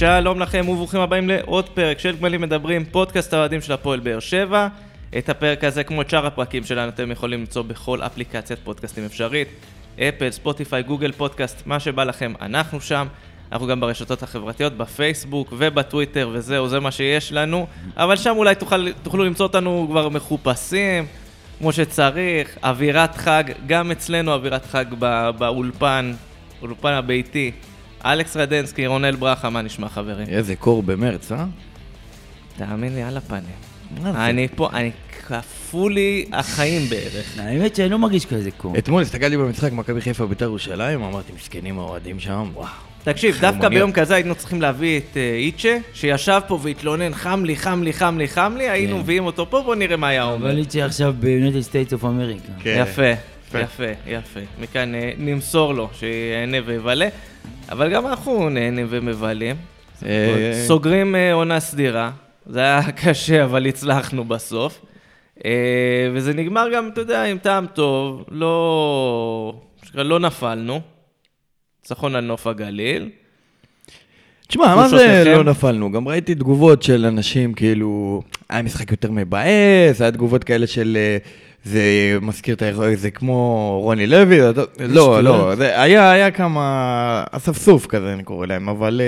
שלום לכם וברוכים הבאים לעוד פרק של גמלים מדברים, פודקאסט האוהדים של הפועל באר שבע. את הפרק הזה, כמו את שאר הפרקים שלנו, אתם יכולים למצוא בכל אפליקציית פודקאסטים אפשרית, אפל, ספוטיפיי, גוגל פודקאסט, מה שבא לכם, אנחנו שם. אנחנו גם ברשתות החברתיות, בפייסבוק ובטוויטר, וזהו, זה מה שיש לנו. אבל שם אולי תוכלו למצוא אותנו כבר מחופשים, כמו שצריך, אווירת חג, גם אצלנו אווירת חג באולפן, אולפן הביתי. אלכס רדנסקי, רונל ברכה, מה נשמע חברים? איזה קור במרץ, אה? תאמין לי, על הפנים. אני פה, אני כפו לי החיים בערך. האמת שאני לא מרגיש כזה קור. אתמול הסתכלתי במשחק מכבי חיפה בית"ר ירושלים, אמרתי, מסכנים האוהדים שם, וואו. תקשיב, דווקא ביום כזה היינו צריכים להביא את איצ'ה, שישב פה והתלונן, חם לי, היינו מביאים אותו פה, בוא נראה מה היה אומר. אבל איצ'ה עכשיו ב-United States of America. יפה. מכאן נמסור לו שיהנה ויבלה, אבל גם אנחנו נהנים ומבלים. סוגרים עונה סדירה, זה היה קשה, אבל הצלחנו בסוף. וזה נגמר גם, אתה יודע, עם טעם טוב, לא נפלנו. ניצחון על נוף הגליל. תשמע, מה זה לא נפלנו? גם ראיתי תגובות של אנשים, כאילו, היה משחק יותר מבאס, היה תגובות כאלה של, זה מזכיר את האירוע, זה כמו רוני לוי, לא, היה כמה אספסוף כזה, אני קורא להם, אבל,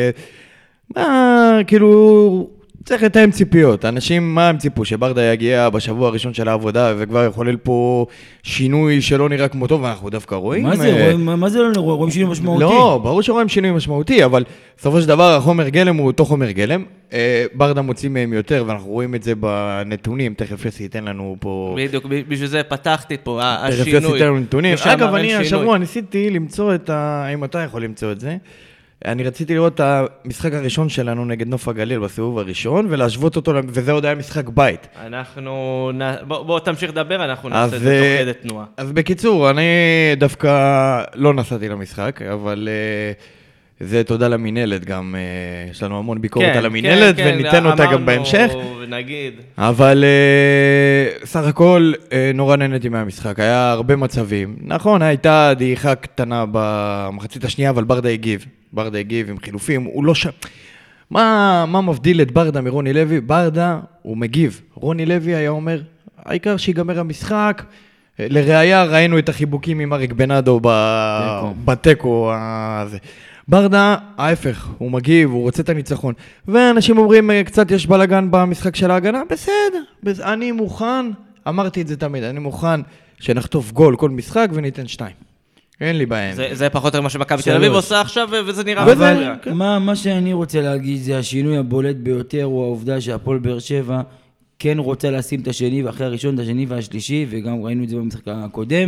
כאילו, צריך לתאם ציפיות. אנשים, מה הם ציפו? שברדה יגיע בשבוע הראשון של העבודה וכבר יכולל פה שינוי שלא נראה כמו טוב, ואנחנו דווקא רואים. מה זה לא נראה? רואים שינוי משמעותי? לא, ברור שרואים שינוי משמעותי, אבל בסופו של דבר החומר גלם הוא אותו חומר גלם. ברדה מוציא מהם יותר, ואנחנו רואים את זה בנתונים. תכף יוסי ייתן לנו פה... בדיוק, בשביל זה פתחתי פה, השינוי. תכף יוסי ייתן לנו נתונים. אגב, אני השבוע ניסיתי למצוא את אם אתה יכול למצוא את זה. אני רציתי לראות את המשחק הראשון שלנו נגד נוף הגליל בסיבוב הראשון, ולהשוות אותו, וזה עוד היה משחק בית. בוא תמשיך לדבר, אנחנו נעשה את זה תוך כדי תנועה. אז בקיצור, אני דווקא לא נסעתי למשחק, אבל זה תודה למנהלת גם, יש לנו המון ביקורת על המנהלת, וניתן אותה גם בהמשך. נגיד. אבל סך הכל נורא נהניתי מהמשחק, היה הרבה מצבים. נכון, הייתה דעיכה קטנה במחצית השנייה, אבל ברדה הגיב עם חילופים, הוא לא מה מבדיל את ברדה מרוני לוי? ברדה הוא מגיב. רוני לוי היה אומר, העיקר שיגמר המשחק, לראיה ראינו את החיבוקים עם אריק בנאדו בטקו הזה. ברדה, ההפך, הוא מגיב, הוא רוצה את הניצחון. ואנשים אומרים, קצת יש בלגן במשחק של ההגנה, בסדר, אני מוכן, אמרתי את זה תמיד, אני מוכן שנחטוף גול כל משחק וניתן 2. אין לי בעיה. זה פחות או מה שמכבי תל אביב עושה עכשיו, וזה נראה... אבל מה שאני רוצה להגיד, זה השינוי הבולט ביותר, הוא העובדה שהפועל באר שבע כן רוצה לשים את השני, ואחרי הראשון, את השני והשלישי, וגם ראינו את זה במשחק הקודם,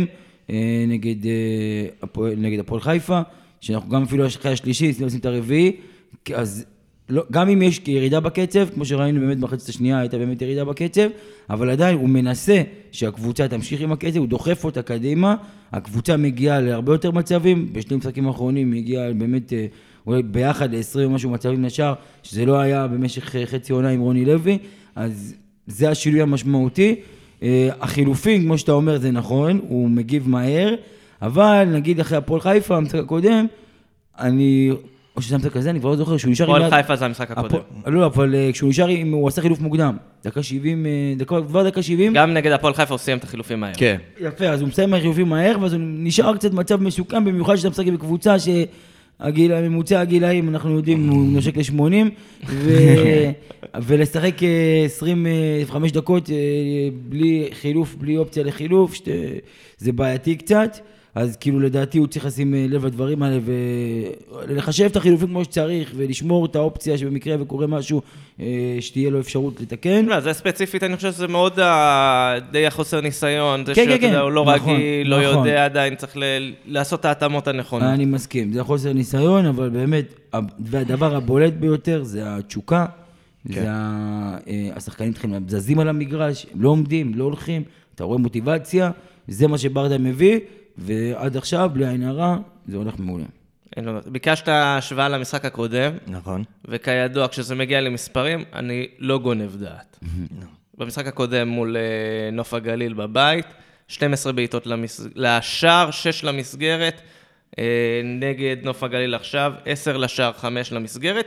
נגד הפועל חיפה, שאנחנו גם אפילו אחרי השלישי, נשים את הרביעי, אז גם אם יש ירידה בקצב, כמו שראינו באמת בחצי השנייה, הייתה באמת ירידה בקצב, אבל עדיין הוא מנסה שהקבוצה תמשיך עם הקצב, הוא דוחף אותה קדימה, הקבוצה מגיעה להרבה יותר מצבים, בשני משחקים האחרונים הגיעה באמת, אולי ביחד ל-20 ומשהו מצבים נשאר, שזה לא היה במשך חצי עונה עם רוני לוי, אז זה השינוי המשמעותי. החילופים, כמו שאתה אומר, זה נכון, הוא מגיב מהר, אבל נגיד אחרי הפועל חיפה, המשחק הקודם, או שזה המשחק הזה, אני כבר לא זוכר, שהוא נשאר... הפועל חיפה זה המשחק הקודם. לא, אבל כשהוא נשאר, הוא עשה חילוף מוקדם. דקה 70, כבר דקה 70. גם נגד הפועל חיפה הוא סיים את החילופים מהר. כן. יפה, אז הוא מסיים מהחילופים מהר, ואז הוא נשאר קצת מצב מסוכן, במיוחד שאתה משחק בקבוצה ממוצע הגילאים, אנחנו יודעים, הוא נושק ל-80, ולשחק 25 דקות בלי חילוף, בלי אופציה לחילוף, זה בעייתי קצת. אז כאילו לדעתי הוא צריך לשים לב לדברים האלה ולחשב את החילופים כמו שצריך ולשמור את האופציה שבמקרה וקורה משהו שתהיה לו אפשרות לתקן. לא, זה ספציפית, אני חושב שזה מאוד די החוסר ניסיון, זה שהוא לא רגיל, לא יודע עדיין, צריך לעשות את ההתאמות הנכונות. אני מסכים, זה החוסר ניסיון, אבל באמת הדבר הבולט ביותר זה התשוקה, זה השחקנים זזים על המגרש, הם לא עומדים, לא הולכים, אתה רואה מוטיבציה, זה מה שברדה מביא, ועד עכשיו, בלי עין הרע, זה הולך מעולה. ביקשת השוואה למשחק הקודם, נכון. וכידוע, כשזה מגיע למספרים, אני לא גונב דעת. במשחק הקודם מול נוף הגליל בבית, 12 בעיטות לשער, 6 למסגרת, נגד נוף הגליל עכשיו, 10 לשער, 5 למסגרת,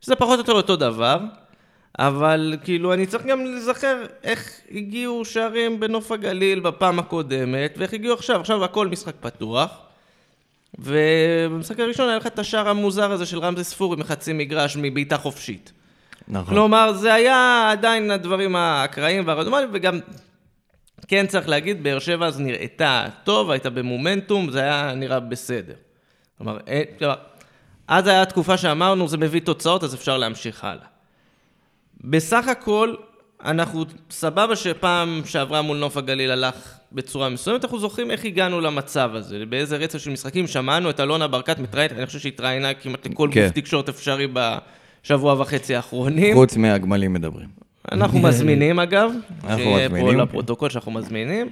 שזה פחות או יותר אותו דבר, אבל כאילו אני צריך גם לזכר איך הגיעו שערים בנוף הגליל בפעם הקודמת, ואיך הגיעו עכשיו הכל משחק פתוח, ובמשחק הראשון היה לך את השער המוזר הזה של רמזי ספורי מחצי מגרש מבעיטה חופשית. נכון. כלומר, זה היה עדיין הדברים האקראיים והרדומליים, וגם כן צריך להגיד, באר שבע אז נראתה טוב, הייתה במומנטום, זה היה נראה בסדר. כלומר, אז היה התקופה שאמרנו, זה מביא תוצאות, אז אפשר להמשיך הלאה. בסך הכל, אנחנו סבבה שפעם שעברה מול נוף הגליל הלך בצורה מסוימת, אנחנו זוכרים איך הגענו למצב הזה, באיזה רצף של משחקים שמענו את אלונה ברקת מתראיינת, אני חושב שהתראיינה כמעט לכל גוף תקשורת אפשרי בשבוע וחצי האחרונים. חוץ מהגמלים מדברים. אנחנו מזמינים אגב, שיהיה פה מזמינים. לפרוטוקול שאנחנו מזמינים,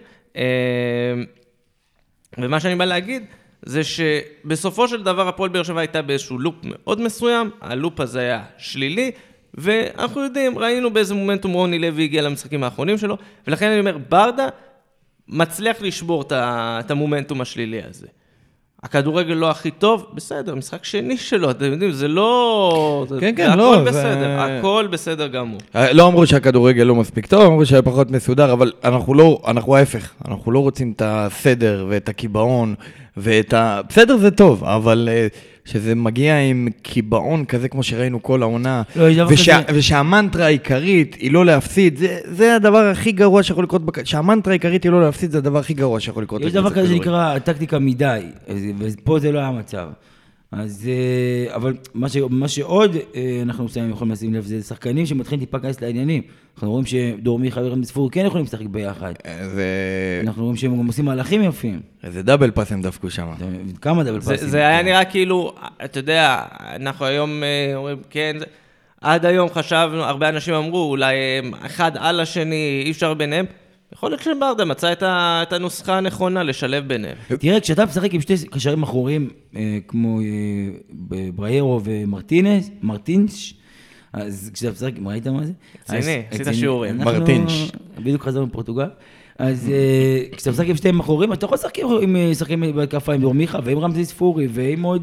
ומה שאני בא להגיד, זה שבסופו של דבר הפועל באר שבע הייתה באיזשהו לופ מאוד מסוים, הלופ הזה היה שלילי, ואנחנו יודעים, ראינו באיזה מומנטום רוני לוי הגיע למשחקים האחרונים שלו, ולכן אני אומר, ברדה מצליח לשבור את המומנטום השלילי הזה. הכדורגל לא הכי טוב, בסדר, משחק שני שלו, אתם יודעים, זה לא... כן, הכל לא, בסדר, הכל בסדר גמור. לא אמרו שהכדורגל לא מספיק טוב, אמרו שהיה פחות מסודר, אבל אנחנו ההפך, אנחנו לא רוצים את הסדר ואת הקיבעון ואת ה... בסדר זה טוב, אבל שזה מגיע עם קיבעון כזה כמו שראינו כל העונה, ושהמנטרה העיקרית היא לא להפסיד, זה הדבר הכי גרוע שיכול לקרות, שהמנטרה העיקרית היא לא להפסיד, זה הדבר הכי גרוע שיכול לקרות. יש דבר כזה שנקרא טקטיקה מדי, ופה זה לא היה המצב. אז, אבל מה שעוד אנחנו יכולים לשים לב, זה שחקנים שמתחילים טיפה להיכנס לעניינים. אנחנו רואים שדור מיכה ורמזי ספורי כן יכולים לשחק ביחד. אנחנו רואים שהם גם עושים מהלכים יפים. איזה דאבל פאס הם דפקו שם. כמה דאבל פאסים. זה היה נראה כאילו, אתה יודע, אנחנו היום אומרים, כן, עד היום חשבנו, הרבה אנשים אמרו, אולי אחד על השני, אי אפשר ביניהם. יכול להיות שברדה מצא את הנוסחה הנכונה לשלב ביניהם. תראה, כשאתה משחק עם שתי קשרים אחוריים, כמו בריירו ומרטינש, אז כשאתה משחק, ראית מה זה? ציני, עשית שיעורים. מרטינש. בדיוק חזרנו מפורטוגל. אז כשאתה משחק עם שתי אחוריים, אתה יכול לשחק עם שחקים בכפה עם דור מיכה, ועם רמזי ספורי, ועם עוד...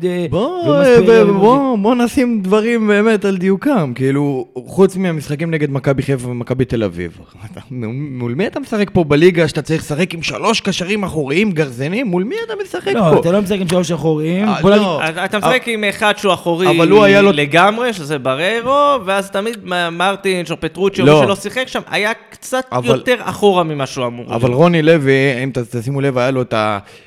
בוא נשים דברים באמת על דיוקם, כאילו, חוץ מהמשחקים נגד מכבי חיפה ומכבי תל אביב. מול מי אתה משחק פה בליגה, שאתה צריך לשחק עם 3 קשרים אחוריים גרזנים? מול מי אתה משחק פה? לא, אתה לא משחק עם 3 אחוריים. אתה משחק עם אחד שהוא אחורי לגמרי, שזה בריירו, ואז תמיד מרטינש או פטרוצ'י או מי שלא שיחק שם, היה קצת יותר אחורה ממה שהוא אמור. אבל רוני לוי, אם תשימו לב, היה לו את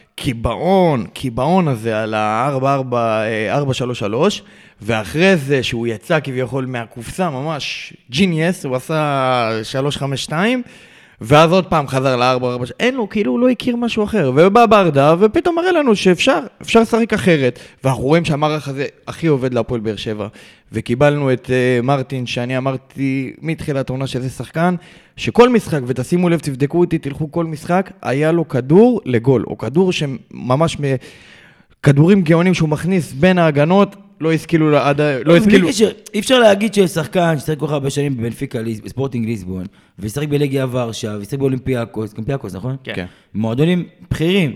הקיבעון הזה על ה-4-4-3-3, ואחרי זה שהוא יצא כביכול מהקופסה, ממש ג'יניאס, הוא עשה 3-5-2, ואז עוד פעם חזר ל-4-4, אין לו, כאילו הוא לא הכיר משהו אחר, ובא ברדה, ופתאום מראה לנו שאפשר לשחק אחרת, ואנחנו רואים שהמערך הזה הכי עובד להפועל באר שבע, וקיבלנו את מרטין, שאני אמרתי מתחילת העונה שזה שחקן, שכל משחק, ותשימו לב, תבדקו אותי, תלכו כל משחק, היה לו כדור לגול, או כדור שממש כדורים גאונים שהוא מכניס בין ההגנות, לא השכילו אי אפשר להגיד שיש שחקן ששחק כל כך הרבה שנים בבנפיקה, בספורטינג ליסבון, וישחק בלגיה ורשה, וישחק באולימפיאקוס, נכון? כן. מועדונים בכירים.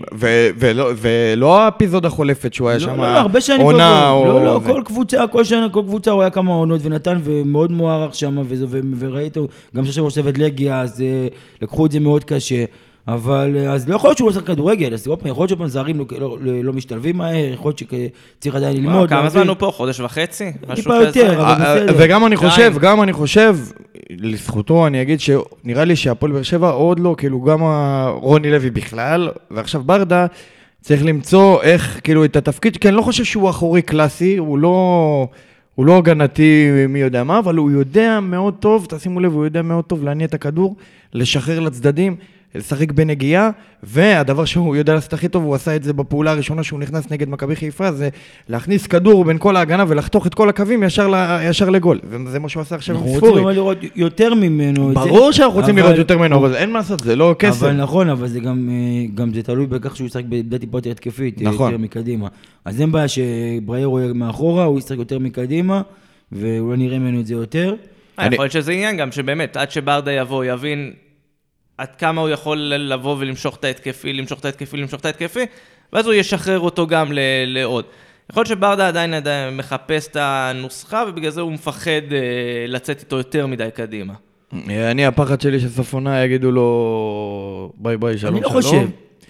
ולא האפיזודה חולפת שהוא היה שם הרבה שנים עונה או... לא, כל קבוצה הוא היה כמה עונות ונתן, ומאוד מוערך שם, וראית, גם ששם ראשבת לגיה, אז לקחו את זה מאוד קשה. אבל אז לא יכול להיות שהוא עושה כדורגל, אז יכול להיות שפנזרים לא משתלבים מהר, יכול להיות שצריך עדיין ללמוד. כמה זמן הוא פה? חודש וחצי? טיפה יותר, אבל בסדר. וגם אני חושב, לזכותו אני אגיד שנראה לי שהפועל באר שבע עוד לא, כאילו גם רוני לוי בכלל, ועכשיו ברדה צריך למצוא איך, כאילו את התפקיד, כי אני לא חושב שהוא אחורי קלאסי, הוא לא הגנתי מי יודע מה, אבל הוא יודע מאוד טוב, תשימו לב, הוא יודע מאוד טוב להניע את הכדור, לשחרר לצדדים, לשחק בנגיעה, והדבר שהוא יודע לעשות הכי טוב, הוא עשה את זה בפעולה הראשונה שהוא נכנס נגד מכבי חיפה, זה להכניס כדור בין כל ההגנה ולחתוך את כל הקווים ישר לגול. וזה מה שהוא עשה עכשיו עם ספורי. אנחנו רוצים לראות יותר ממנו. ברור שאנחנו רוצים לראות יותר ממנו, אבל אין מה לעשות, זה לא כסף. אבל נכון, אבל זה גם זה תלוי בכך שהוא ישחק בדעת טיפה יותר התקפית, יותר מקדימה. אז אין בעיה שבריירו מאחורה, הוא ישחק יותר מקדימה, ואולי נראה ממנו את זה יותר. יכול להיות שזה עניין גם שבאמת, עד שברדה יבוא, יבין עד כמה הוא יכול לבוא ולמשוך את ההתקפי, ואז הוא ישחרר אותו גם לעוד. יכול להיות שברדה עדיין מחפש את הנוסחה, ובגלל זה הוא מפחד לצאת איתו יותר מדי קדימה. אני, הפחד שלי שסוף עונה יגידו לו ביי ביי, שלום. אני לא חושב.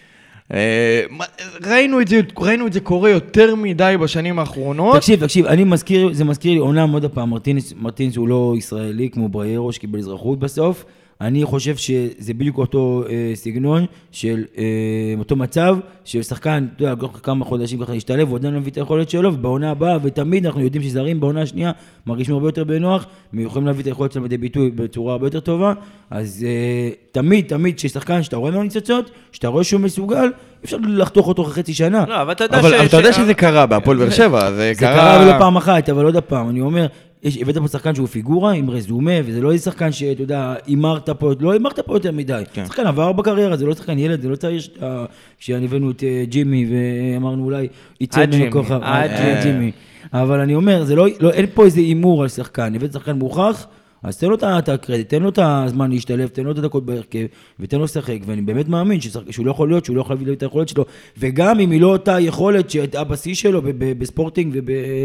ראינו את זה קורה יותר מדי בשנים האחרונות. תקשיב, זה מזכיר לי עונה עוד הפעם, מרטינס הוא לא ישראלי כמו בריירו שקיבל אזרחות בסוף, אני חושב שזה בדיוק אותו סגנון של אותו מצב, ששחקן, אתה יודע, כמה חודשים ככה להשתלב, הוא עדיין מביא את היכולת שלו, ובעונה הבאה, ותמיד אנחנו יודעים שזרים בעונה השנייה, מרגישים הרבה יותר בנוח, יכולים להביא את היכולת שלהם לידי ביטוי בצורה הרבה יותר טובה, אז תמיד ששחקן שאתה רואה מהניצוצות, שאתה רואה שהוא מסוגל, אפשר לחתוך אותו חצי שנה. לא, אבל אתה יודע שזה קרה בהפועל באר שבע, זה קרה ולא פעם אחת, אבל עוד הפעם, אני אומר, הבאת פה שחקן שהוא פיגורה עם רזומה, וזה לא איזה שחקן שאתה יודע, אימרת פה יותר מדי. שחקן עבר בקריירה, זה לא שחקן ילד, זה לא צריך כשהבאנו את ג'ימי, ואמרנו אולי יצא ממנו כוכב. ג'ימי. אבל אני אומר, אין פה איזה אימור על שחקן, הבאת שחקן מוכח, אז תן לו את הקרדיט, תן לו את הזמן להשתלב, תן לו את הדקות בהרכב, ותן לו לשחק, ואני באמת מאמין שהוא לא יכול להיות, שהוא לא יכול להביא את היכולת שלו, וגם אם היא לא אותה יכולת שהייתה בשיא שלו בספורטינג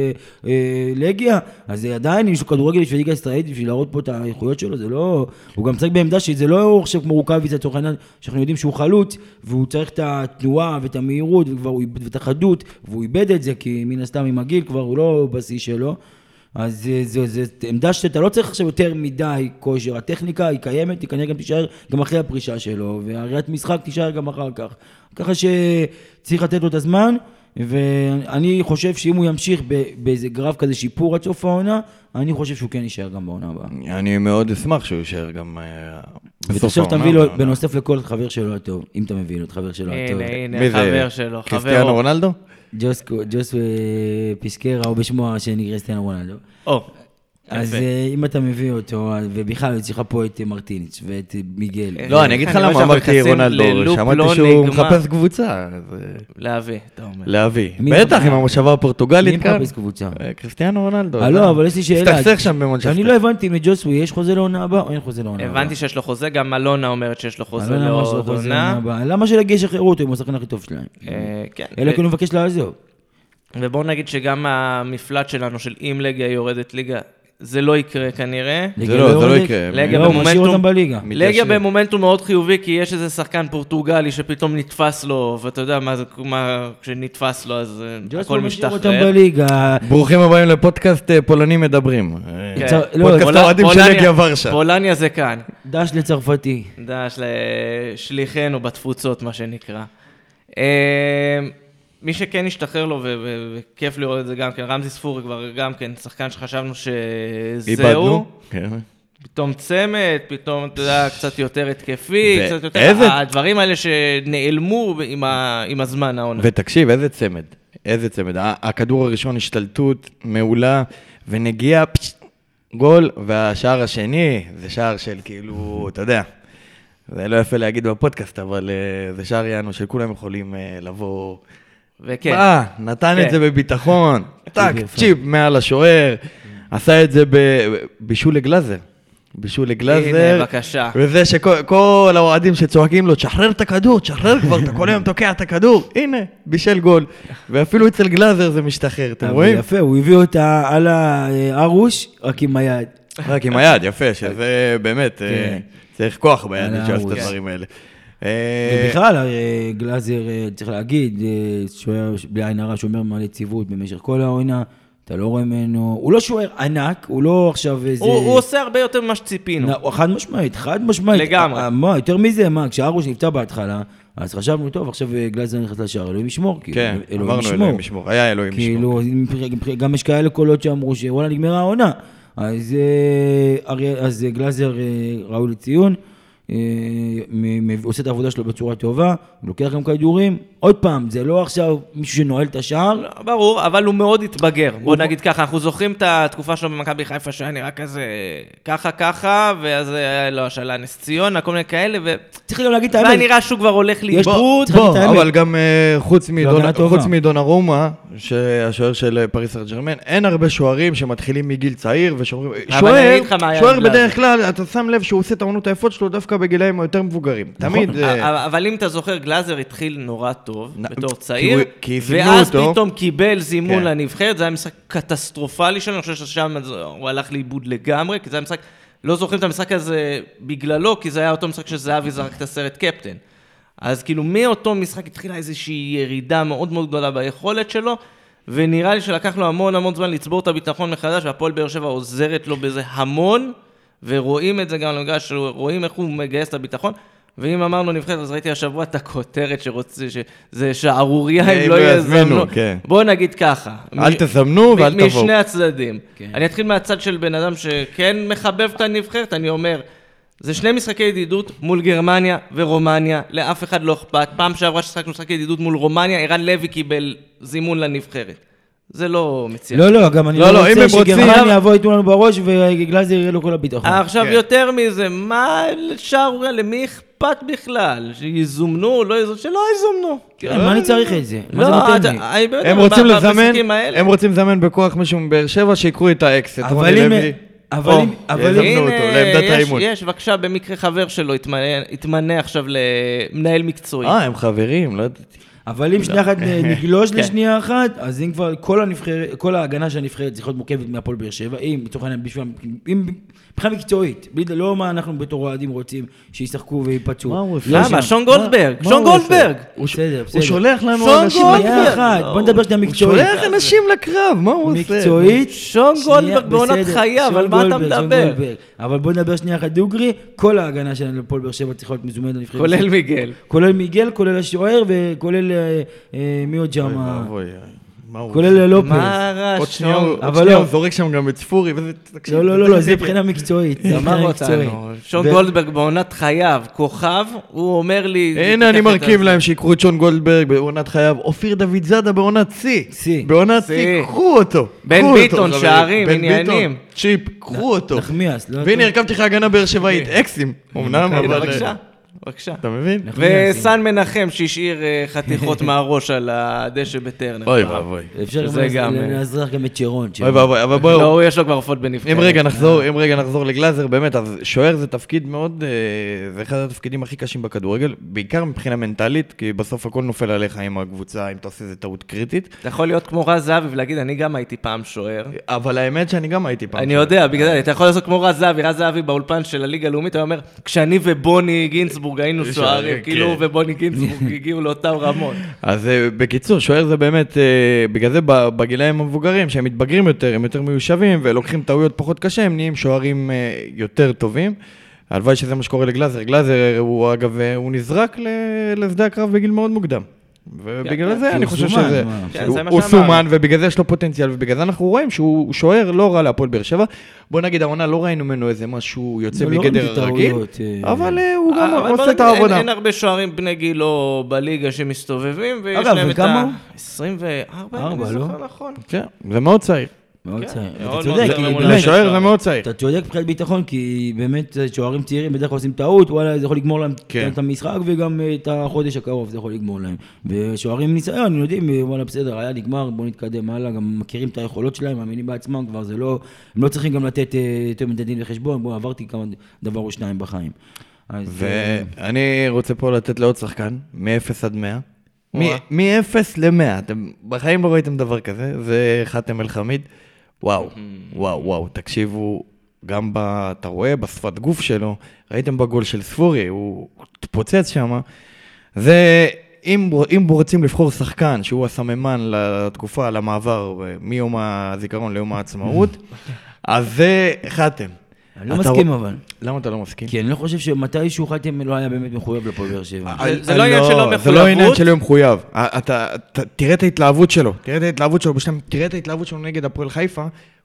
ובלגיה, אז עדיין יש לו כדורגל בשביל ליגה ישראלית, בשביל להראות פה את האיכויות שלו, זה לא, הוא גם צריך בעמדה שזה לא עכשיו כמו רוקאביץ, לצורך העניין, שאנחנו יודעים שהוא חלוץ, והוא צריך את התנועה ואת המהירות, ואת החדות, והוא איבד את זה, כי מן הסתם עם הגיל כבר הוא לא בשיא שלו. אז זו עמדה שאתה לא צריך עכשיו יותר מדי כושר, הטכניקה היא קיימת, היא כנראה גם תישאר גם אחרי הפרישה שלו, והראיית משחק תישאר גם אחר כך. ככה שצריך לתת לו את הזמן, ואני חושב שאם הוא ימשיך באיזה גרף כזה שיפור עד סוף העונה, אני חושב שהוא כן יישאר גם בעונה הבאה. אני מאוד אשמח שהוא יישאר גם בסוף העונה. תביא לו, בנוסף לכל חבר שלו הטוב, אם אתה מביא לו את חבר שלו הטוב. הנה, חבר שלו. קריסטיאנו רונלדו? ג'וס פיסקרה, או בשמו השני קריסטיאנו רונלדו. אז אם אתה מביא אותו, ובכלל צריך פה את מרטינץ ואת מיגל. לא, אני אגיד לך למה אמרתי רונלדו, שמעתי שהוא מחפש קבוצה. להביא, אתה אומר. להביא. בטח, עם המושבה הפורטוגלית כאן. מי מחפש קבוצה? קריסטיאנו רונלדו. לא, אבל יש לי שאלה. הסתכסך שם במנצ'סטר. אני לא הבנתי אם לג'וסוי יש חוזה לעונה הבאה או אין חוזה לעונה הבאה. הבנתי שיש לו חוזה, גם אלונה אומרת שיש לו חוזה לעוד עונה. למה שלהגיע שחררו אותו עם השחקן הכי טוב שלהם? אלא כי הוא מבקש לעזוב. ובואו נגיד שגם המפלט שלנו של אם לגיה יורדת ליגה, זה לא יקרה כנראה. זה לא יקרה. לגיה במומנטום מאוד חיובי, כי יש איזה שחקן פורטוגלי שפתאום נתפס לו, ואתה יודע מה כשנתפס לו, אז הכל משתחרר. ברוכים הבאים לפודקאסט פולנים מדברים. פודקאסט האוהדים של לגיה ורשה. פולניה זה כאן. דש לצרפתי. דש לשליחנו בתפוצות, מה שנקרא. מי שכן השתחרר לו, וכיף לראות את זה גם כן, רמזי ספורי כבר גם כן, שחקן שחשבנו שזהו, פתאום צמד, פתאום, אתה יודע, קצת יותר התקפי, קצת יותר, הדברים האלה שנעלמו עם הזמן העונה. ותקשיב, איזה צמד, הכדור הראשון השתלטות מעולה, ונגיע, גול, והשער השני, זה שער של כאילו, אתה יודע, זה לא יפה להגיד בפודקאסט, אבל זה שער יענו שכולם יכולים לבוא... וכן. נתן את זה בביטחון, צ'יפ מעל השוער, עשה את זה בישול לגלאזר. הנה, בבקשה. וזה שכל האוהדים שצועקים לו, תשחרר את הכדור, תשחרר כבר, אתה כל היום תוקע את הכדור, הנה, בישל גול. ואפילו אצל גלאזר זה משתחרר, אתם רואים? יפה, הוא הביא אותה על הארוש, רק עם היד. רק עם היד, יפה, שזה באמת, צריך כוח ביד, שעושה את הדברים האלה. ובכלל, גלאזר, צריך להגיד, בלי עין הרע, שומר מעל יציבות במשך כל העונה, אתה לא רואה ממנו, הוא לא שוער ענק, הוא לא עכשיו איזה... הוא עושה הרבה יותר ממה שציפינו. חד משמעית. לגמרי. מה, יותר מזה, כשהארוש נפצע בהתחלה, אז חשבנו, טוב, עכשיו גלאזר נכנס לשער, אלוהים ישמור. כן, אמרנו אלוהים ישמור, היה אלוהים ישמור. גם יש כאלה קולות שאמרו שוואלה נגמרה העונה. אז גלאזר ראו לציון, עושה את העבודה שלו בצורה טובה, לוקח גם כדורים, עוד פעם, זה לא עכשיו מישהו שנועל את השער. ברור, אבל הוא מאוד התבגר. בוא נגיד ככה, אנחנו זוכרים את התקופה שלו במכבי חיפה, שהיה נראה כזה ככה, ואז היה לו השאלה נס ציונה, כל מיני כאלה, צריך גם להגיד את האמת. והיה נראה שהוא כבר הולך לאיבוד. אבל גם חוץ מדונרומה, שהשוער של פריס סן ז'רמן, אין הרבה שוערים שמתחילים מגיל צעיר, שוער בדרך כלל, אתה שם לב שהוא עושה את העונות היפות שלו דווקא בגילאים היותר מבוגרים. תמיד. אבל אם אתה זוכר, גלאזר התחיל נורא טוב, בתור צעיר, כי סימנו ואז אותו. פתאום קיבל זימון כן. לנבחרת, זה היה משחק קטסטרופלי שלנו, אני חושב ששם הוא הלך לאיבוד לגמרי, כי זה היה משחק, לא זוכרים את המשחק הזה בגללו, כי זה היה אותו משחק שזהבי זרק את הסרט קפטן. אז כאילו מאותו משחק התחילה איזושהי ירידה מאוד מאוד גדולה ביכולת שלו, ונראה לי שלקח לו המון זמן לצבור את הביטחון מחדש, והפועל באר שבע עוזרת לו בזה המון, ורואים את זה גם למגרש, שרואים איך הוא מגייס את הביטחון, ואם אמרנו נבחרת, אז ראיתי השבוע את הכותרת שרוצה, שזה שערוריה, אם לא יזמנו. כן. בואו נגיד ככה. אל תזמנו ואל תבואו. משני הצדדים. כן. אני אתחיל מהצד של בן אדם שכן מחבב את הנבחרת, אני אומר, זה שני משחקי ידידות מול גרמניה ורומניה, לאף אחד לא אכפת. פעם שעברה ששחקנו משחקי ידידות מול רומניה, ערן לוי קיבל זימון לנבחרת. זה לא מציע. לא, גם אני לא אם הם רוצה רוצים- שגרמניה יבוא איתו לנו בראש וגלאזר יראה לו כל הביטחון. עכשיו כן. יותר מזה, מה שערוריה, למי אכפת בכלל? שיזומנו, לא יזומנו, שלא יזומנו. כן, מה אני צריך את זה? מה זה לא, נותן לי? הם רוצים לזמן, הם רוצים לזמן בכוח מישהו מבאר שבע, שיקרו את האקס, את אבל רוני אם- לוי. אבל או, אם- אבל יזמנו אם- אותו לעמדת האימון. יש, בבקשה, במקרה חבר שלו התמנה עכשיו למנהל מקצועי. הם חברים, לא ידעתי. אבל אם שנייה אחת נגלוש כן. לשנייה אחת, אז אם כבר כל ההגנה של הנבחרת צריכה להיות מורכבת מהפועל באר שבע, אם לצורך העניין, מבחינה מקצועית, לא מה אנחנו בתור אוהדים רוצים שישחקו ויפצעו. מה הוא עושה? לא למה? שם. שון גולדברג, מה שון הוא עושה? גולדברג. בסדר. הוא שולח לנו שון אנשים גולדברג. לקרב. שנייה אחת, בוא נדבר שנייה הוא מקצועית. שולח אנשים לקרב, מה הוא עושה? מקצועית. שון שנייה, גולדברג בעונת בסדר, חייו, שון על מה אתה גולדברג, שון מדבר? גולדברג. אבל בוא נדבר שנייה אחת דוגרי, כל ההגנה שלנו לפועל באר שבע צריכה להיות מזומנת לנבחרת. כולל מיגל. כולל מיגל, כולל השוער וכולל מי עוד שם? אוי, מה הוא כולל לופס. מה רע עוד שנייה שון? הוא אבל לא. הוא זורק שם גם את ספורי, וזה, תקשיב. לא, זה מבחינה מקצועית. זה אמר מבחינה מקצועית. אותנו, שון גולדברג בעונת חייו, כוכב, הוא אומר לי... הנה אני מרכיב להם שיקחו את שון גולדברג בעונת חייו, אופיר דוד זאדה בעונת שיא. בעונת שיא, קחו אותו. בן קחו ביטון, אותו, חברים. שערים, בן עניינים. ביטון, צ'יפ, קחו אותו. נחמיאס, לא? והנה הרכבתי לך הגנה באר שבעית, אקסים, אמנם, אבל... בבקשה, בבקשה. אתה מבין? וסן מנחם שהשאיר חתיכות מהראש על הדשא בטרנר. אוי ואבוי. אפשר שזה גם- לאזרח גם את שרון. אוי ואבוי, אבל לא, בואו, הוא יש לו כבר עופות בנבחרת. אם רגע נחזור לגלאזר, באמת, אז שוער זה תפקיד מאוד, זה אחד התפקידים הכי קשים בכדורגל, בעיקר מבחינה מנטלית, כי בסוף הכל נופל עליך עם הקבוצה, אם אתה עושה איזה טעות קריטית, אתה יכול להיות כמו רז זהבי ולהגיד, אני גם הייתי פעם שוער. אבל האמת שאני גם הייתי פעם. אני יודע, בגלל זה, אתה יכול לעשות כמו רז זהבי באולפן של הליגה הלאומית, הוא אומר, כשאני ובוני גינסבורג היינו שוערים, כן. כאילו ובוני גינסבורג הגיעו לאותם רמות. אז בקיצור, שוער זה באמת, בגלל זה בגילאים המבוגרים, שהם מתבגרים יותר, הם יותר מיושבים, ולוקחים טעויות פחות קשה, הם נהיים שוערים יותר טובים. הלוואי שזה מה שקורה לגלאזר. גלאזר, הוא אגב, הוא נזרק לשדה הקרב בגיל מאוד מוקדם. ובגלל זה אני חושב סומן, שזה, מה? כן, זה מה הוא שאמרנו. סומן, ובגלל זה יש לו פוטנציאל, ובגלל זה אנחנו רואים שהוא שוער לא רע להפועל באר שבע. בוא נגיד, העונה לא ראינו ממנו איזה משהו יוצא לא מגדר ראיתי הרגיל, טעויות, אבל הוא גם אבל בוא עושה את נגיד, העבודה. אין הרבה שוערים בני גילו בליגה שמסתובבים, ויש אגב, להם את וכמה הוא? 24, ארבע, אני לא? זוכר נכון. כן, זה מאוד צעיר. מאוד צעיר. מאוד אתה מאוד צודק, צעיר, כי מאוד באמת, לשוער זה מאוד צעיר. אתה צודק מבחינת ביטחון, כי באמת שוערים צעירים בדרך כלל עושים טעות, וואלה, זה יכול לגמור להם כן. את המשחק, וגם את החודש הקרוב זה יכול לגמור להם. ושוערים ניסיון, יודעים, וואלה, בסדר, היה נגמר, בוא נתקדם הלאה, גם מכירים את היכולות שלהם, מאמינים בעצמם, כבר זה לא, הם לא צריכים גם לתת יותר מדי דין לחשבון, בוא, עברתי כמה דבר או שניים בחיים. אז, ואני רוצה פה לתת לעוד שחקן, מ-0 עד 100. וואו. מ-0 ל-100, אתם בחיים לא ראיתם דבר כזה, זה חאתם אל-חמיד. וואו, וואו, וואו, תקשיבו, גם אתה רואה בשפת גוף שלו, ראיתם בגול של ספורי, הוא התפוצץ שם. זה, אם רוצים לבחור שחקן, שהוא הסממן לתקופה, למעבר, מיום הזיכרון ליום העצמאות, אז זה חאתם. אני לא מסכים אבל. למה אתה לא מסכים? כי אני לא חושב שמתישהו חתם לא היה באמת מחויב לפועל באר שבע. זה לא עניין שלו זה לא עניין מחויבות. שלו מחויב. אתה תראה את ההתלהבות שלו, תראה את ההתלהבות שלו נגד הפועל חיפה,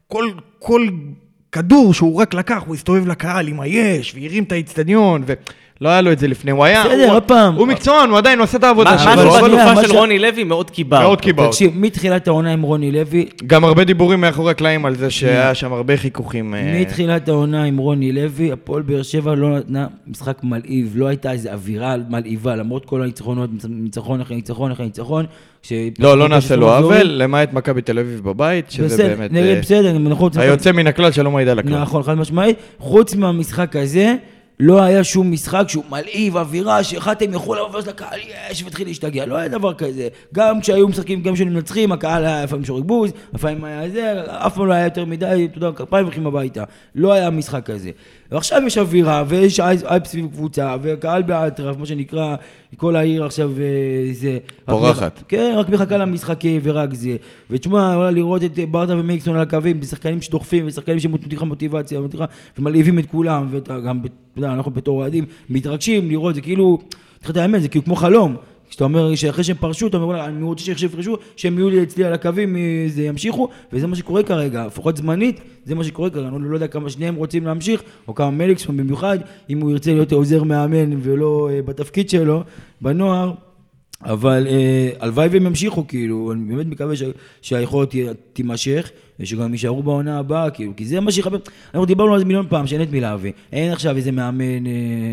כל כדור שהוא רק לקח, הוא הסתובב לקהל עם היש, והרים את האצטדיון, ולא היה לו את זה לפני, הוא היה... בסדר, עוד פעם. הוא מקצוען, הוא עדיין עושה את העבודה שלו. משהו אבל בתקופה מה של ש- רוני לוי מאוד קיבל. מאוד קיבל. תקשיב, מתחילת העונה עם רוני לוי, גם הרבה דיבורים מאחורי הקלעים על זה שהיה שם הרבה חיכוכים. מתחילת העונה עם רוני לוי, הפועל באר שבע לא נתנה משחק מלהיב, לא הייתה איזו אווירה מלהיבה, למרות כל הניצחונות, ניצחון אחרי ניצחון אחרי ניצחון. לא נעשה לו עוול, למעט מכבי תל אביב בבית, שזה באמת בסדר, היוצא מן הכלל שלא מעיד על הכלל. נכון, חד משמעית. חוץ מהמשחק הזה, לא היה שום משחק שהוא מלהיב, אווירה, שאחד הם יכול לעבור לקהל, יש, ותחיל להשתגע, לא היה דבר כזה. גם כשהיו משחקים, גם כשהם מנצחים, הקהל היה לפעמים שורק בוז, לפעמים היה זה, אף פעם לא היה יותר מדי, תודה, כפיים הולכים הביתה. לא היה משחק כזה. ועכשיו יש אווירה, ויש אייפ סביב קבוצה, והקהל באטרף, מה שנקרא, כל העיר עכשיו זה... פורחת. כן, רק מחכה למשחקים ורק זה. ותשמע, לראות את ברדה ומקסון על הקווים, בשחקנים שדוחפים, ושחקנים שמותנים לך מוטיבציה, ומלהיבים את כולם, וגם, אנחנו בתור אוהדים, מתרגשים לראות, זה כאילו, תחילת האמת, זה כאילו כמו חלום. כשאתה אומר שאחרי שהם פרשו, אתה אומר, אני רוצה שיפרשו, שהם יהיו לי אצלי על הקווים, זה ימשיכו, וזה מה שקורה כרגע, לפחות זמנית, זה מה שקורה כרגע, אני לא יודע כמה שניהם רוצים להמשיך, או כמה מליקסון במיוחד, אם הוא ירצה להיות עוזר מאמן ולא בתפקיד שלו, בנוער, אבל הלוואי והם ימשיכו, כאילו, אני באמת מקווה שהיכולת תימשך, ושגם יישארו בעונה הבאה, כאילו, כי זה מה שיחבר, אנחנו דיברנו על זה מיליון פעם, שאין את מי להביא, אין עכשיו איזה מאמן,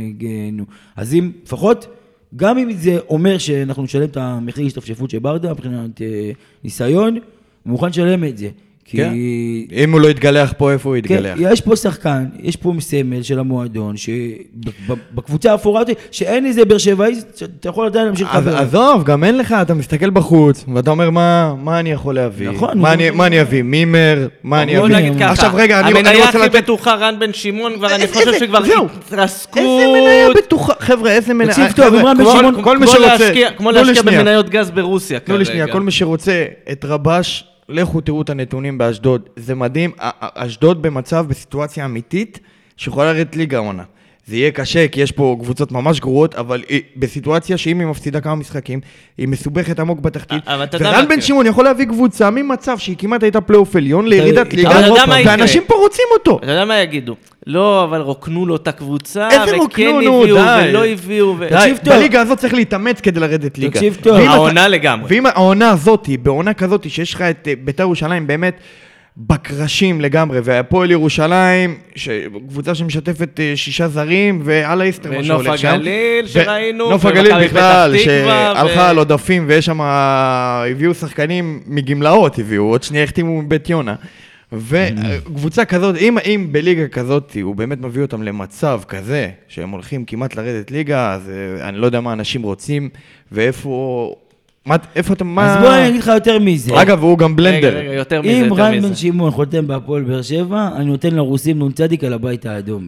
אז אם, לפחות, גם אם זה אומר שאנחנו נשלם את המחיר השתפשפות של ברדה, מבחינת ניסיון, הוא מוכן לשלם את זה. כן. אם הוא לא יתגלח פה, איפה הוא יתגלח? יש פה שחקן, יש פה מסמל של המועדון, שבקבוצה האפורה, שאין איזה באר שבעי, שאתה יכול עדיין להמשיך חבר. עזוב, גם אין לך, אתה מסתכל בחוץ, ואתה אומר, מה אני יכול להביא? נכון. מה אני אביא? מימר? מה אני בוא אביא? נגיד ככה, עכשיו רגע, המניה הכי בטוחה רן בן שמעון, כבר אני חושב שכבר התרסקות. איזה מניה בטוחה? חבר'ה, איזה מניה? תקשיב טוב, רן בן שמעון, כמו להשקיע במניות גז ברוסיה כרגע. כל מי שרוצה את רבש, לכו תראו את הנתונים באשדוד, זה מדהים, אשדוד במצב, בסיטואציה אמיתית, שיכולה לרדת ליגה עונה. זה יהיה קשה, כי יש פה קבוצות ממש גרועות, אבל בסיטואציה שאם היא מפסידה כמה משחקים, היא מסובכת עמוק בתחתית, ורן בן שמעון יכול להביא קבוצה ממצב שהיא כמעט הייתה פלייאוף עליון לירידת ליגה, ואנשים פה רוצים אותו. אתה יודע מה יגידו? לא, אבל רוקנו לו את הקבוצה, איזה רוקנו, די. ולא הביאו. בליגה הזאת צריך להתאמץ כדי לרדת ליגה. תקשיב טוב. העונה לגמרי. ואם העונה הזאת, בעונה כזאת, שיש לך את בית"ר ירושלים באמת בקרשים לגמרי, והפועל ירושלים, קבוצה שמשתפת 6 זרים, ועל האיסטר מה שהולך שם. ונוף הגליל שראינו. נוף הגליל בכלל, שהלכה על עודפים, ויש שם, הביאו שחקנים מגמלאות, הביאו, עוד שנייה החתימו מבית יונה. וקבוצה כזאת, אם בליגה כזאת הוא באמת מביא אותם למצב כזה, שהם הולכים כמעט לרדת ליגה, אז אני לא יודע מה אנשים רוצים, ואיפה אתם, אז בוא אני אגיד לך יותר מזה. אגב, הוא גם בלנדר. רגע, יותר מזה. אם רן בן שמעון חותם בהפועל באר שבע, אני נותן לרוסים נון צדיק על הבית האדום.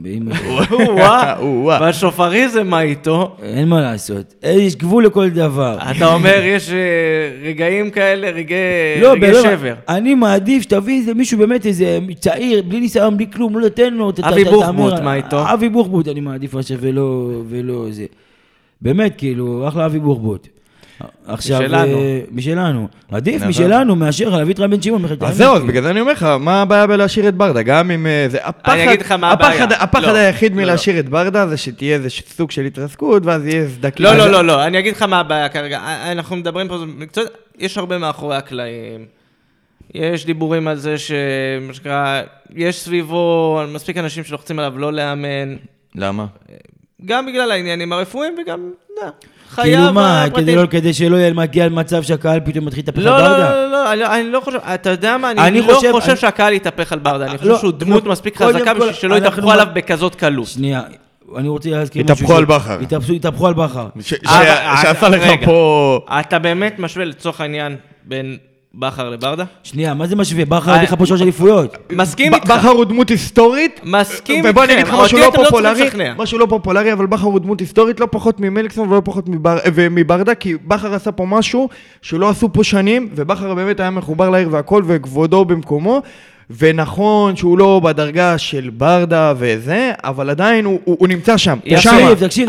והשופריזם מה איתו? אין מה לעשות. יש גבול לכל דבר. אתה אומר, יש רגעים כאלה, רגעי שבר. אני מעדיף שתביא איזה מישהו באמת, איזה צעיר, בלי ניסיון, בלי כלום, לא נתן לו. אבי בוחבוט, מה איתו? אבי בוחבוט, אני מעדיף עכשיו ולא זה. באמת, כאילו, אחלה אבי בוחבוט. עכשיו, משלנו. עדיף משלנו, מאשר להביא את רן בן שמעון. אז זהו, אז בגלל זה אני אומר לך, מה הבעיה בלהשאיר את ברדה? גם אם זה... אני אגיד לך מה הבעיה. הפחד היחיד מלהשאיר את ברדה זה שתהיה איזה סוג של התרסקות, ואז יהיה סדקים. לא, אני אגיד לך מה הבעיה כרגע. אנחנו מדברים פה, יש הרבה מאחורי הקלעים. יש דיבורים על זה שמשקרה, יש סביבו מספיק אנשים שלוחצים עליו לא לאמן. למה? גם בגלל העניינים הרפואיים וגם, כאילו מה, כדי שלא יהיה מגיע למצב שהקהל פתאום מתחיל להתהפך על ברדה? לא, אני לא חושב, אתה יודע מה, אני לא חושב שהקהל יתהפך על ברדה, אני חושב שהוא דמות מספיק חזקה בשביל שלא יתהפכו עליו בכזאת קלות. שנייה, אני רוצה להזכיר משהו. יתהפכו על בכר. יתהפכו על בכר. שעשה לך פה... אתה באמת משווה לצורך העניין בין בכר לברדה? שנייה, מה זה משווה? בכר הביא לך פה 3 אליפויות. מסכים איתך. בכר הוא דמות היסטורית. מסכים איתכם. ובוא אני אגיד לך משהו לא פופולרי, אבל בכר הוא דמות היסטורית, לא פחות ממליקסון ולא פחות מברדה, כי בכר עשה פה משהו שלא עשו פה שנים, ובכר באמת היה מחובר לעיר והכל, וכבודו במקומו, ונכון שהוא לא בדרגה של ברדה וזה, אבל עדיין הוא נמצא שם. תקשיב,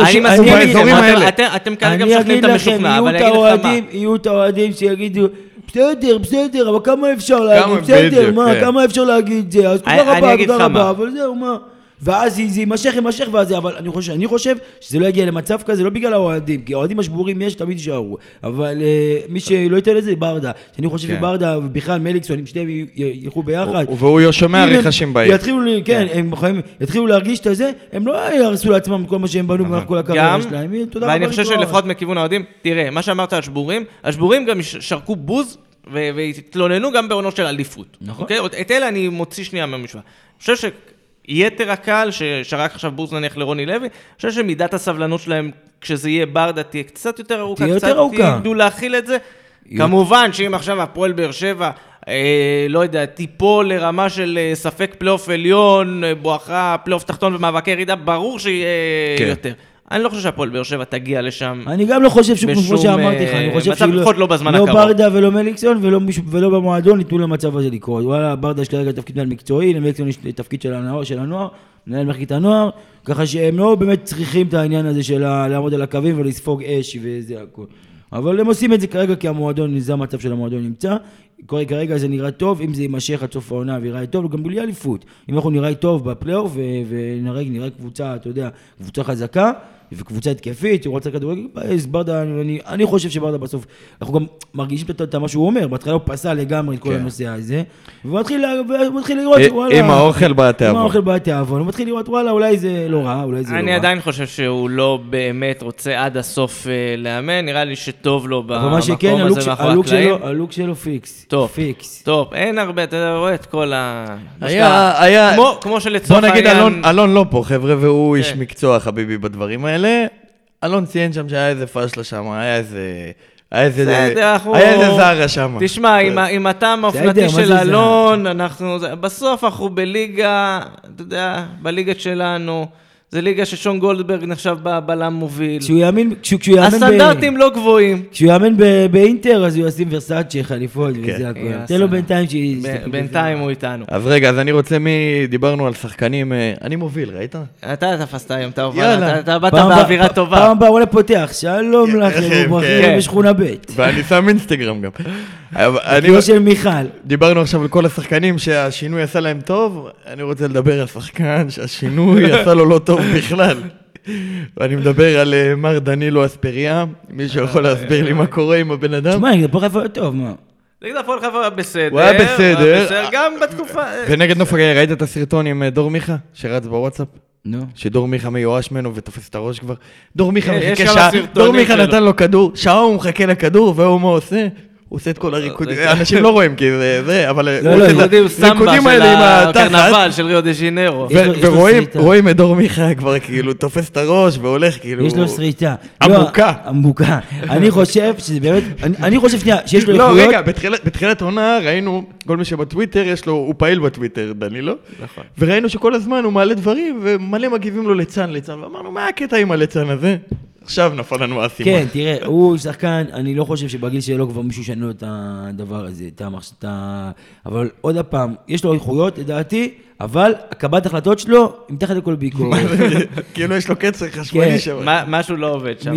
אתם כאן גם שכנים את המשוכנע, אבל אני אגיד לך מה. יהיו את האוהדים שיגידו, בסדר, אבל כמה אפשר להגיד, בסדר, מה, כמה אפשר להגיד זה, אז תודה רבה, אבל זהו, מה. ואז זה יימשך, אבל אני חושב שזה לא יגיע למצב כזה, לא בגלל האוהדים, כי האוהדים השבורים יש, תמיד יישארו, אבל מי שלא ייתן לזה, ברדה, שאני חושב שברדה ובכלל מליקסון, אם שניהם ילכו ביחד, והוא שומע רכשים בעיר. יתחילו להרגיש את זה, הם לא ירסו לעצמם כל מה שהם בנו במהלך כל הקריירה שלהם, ואני חושב שלפחות מכיוון האוהדים, תראה, מה שאמרת על השבורים גם שרקו בוז, והתלוננו גם בעונות של אליפות. נכון. את אלה אני מוציא שנייה מהמשוואה. אני חושב יתר הקהל, ששרק עכשיו בוז נניח לרוני לוי, אני חושב שמידת הסבלנות שלהם, כשזה יהיה ברדה, תהיה קצת יותר ארוכה, קצת ידעו להכיל את זה. כמובן שאם עכשיו הפועל באר שבע, לא יודע, טיפול לרמה של ספק פלייאוף עליון, בואכה פלייאוף תחתון ומאבקי ירידה, ברור שיהיה יותר. אני לא חושב שהפועל באר שבע תגיע לשם. אני גם לא חושב כמו שאמרתי לך, אני חושב שלא ברדה ולא מליקסון ולא במועדון ניתנו למצב הזה לקרות. וואלה, ברדה יש כרגע תפקיד מנהל מקצועי, למליקסון יש תפקיד של הנוער, מנהל מחלקת הנוער, ככה שהם לא באמת צריכים את העניין הזה של לעמוד על הקווים ולספוג אש וזה הכל. אבל הם עושים את זה כרגע כי המועדון, זה המצב של המועדון נמצא. כרגע זה נראה טוב, אם זה יימשך עד סוף העונה ויראה טוב, גם בלי אליפות. אם אנחנו נראה טוב בפלייאוף ונראה קבוצה, אתה יודע, קבוצה חזקה וקבוצה התקפית, הוא רוצה כדורגל, ברדה, אני חושב שברדה בסוף, אנחנו גם מרגישים את מה שהוא אומר, בהתחלה הוא פסל לגמרי את כל הנושא הזה, והוא מתחיל לראות, וואלה, עם האוכל בתיאבון. עם האוכל בתיאבון, הוא מתחיל לראות, וואלה, אולי זה לא רע, אולי זה לא רע. אני עדיין חושב שהוא לא באמת רוצה עד הסוף לאמן, נראה לי שטוב לו במקום הזה מאחורי הקלעים. הלוק שלו פיקס. טוב, אין הרבה, אתה רואה את כל כמו שלצורך בוא נגיד, אלון לא פה, חבר'ה, והוא איש מקצוע חביבי בדברים האלה. אלון ציין שם שהיה איזה פשלה שם, היה איזה זרה שם. תשמע, עם הטעם האופנתי של אלון, בסוף אנחנו בליגה, אתה יודע, בליגה שלנו, זה ליגה ששון גולדברג נחשב בבלם מוביל. הסטנדרטים לא גבוהים. כשהוא יאמן באינטר, אז הוא ישים ורסאצ'ה, חליפות, וזה הכל. תן לו בינתיים בינתיים הוא איתנו. אז רגע, אז אני רוצה דיברנו על שחקנים, אני מוביל, ראית? אתה תפסת היום, אתה באת באווירה טובה. פעם הבאה אולי פותח, שלום לכם, וברכים בשכונה ב'. ואני שם אינסטגרם גם. כמו של מיכל. דיברנו עכשיו על כל השחקנים שהשינוי עשה להם טוב, אני רוצה לדבר על שחקן שהשינוי עשה לו לא טוב בכלל. ואני מדבר על מר דנילו אספריה, מישהו יכול להסביר לי מה קורה עם הבן אדם? תשמע, נגד הפועל חיפה טוב, מה? נגד הפועל חיפה בסדר. הוא היה בסדר. גם בתקופה... ונגד נוף הגליל, ראית את הסרטון עם דור מיכה, שרץ בוואטסאפ? שדור מיכה מיואש ממנו ותופס את הראש כבר. דור מיכה מחכה שעה, דור מיכה נתן לו כדור, שעה הוא מחכה לכדור, והוא מה עושה? הוא עושה את כל הריקודים, אנשים לא רואים כי זה, אבל ריקודים סמבה של הקרנבל של ריו דה ז'ניירו. ורואים את דור מיכה כבר כאילו תופס את הראש והולך כאילו... יש לו שריטה. עמוקה. אני חושב שזה באמת, אני חושב שיש לו לא, רגע, בתחילת עונה ראינו, כל מי שבטוויטר יש לו, הוא פעיל בטוויטר, דנילו, וראינו שכל הזמן הוא מעלה דברים ומלא מגיבים לו ליצן, ואמרנו, מה הקטע עם הליצן הזה? עכשיו נפל לנו האסימה. כן, תראה, הוא שחקן, אני לא חושב שבגיל שלו כבר מישהו שנו את הדבר הזה, אבל עוד הפעם, יש לו איכויות, לדעתי, אבל הקבלת החלטות שלו, היא מתחת לכל ביקורת. כאילו יש לו קצר חשמלי שם. משהו לא עובד שם.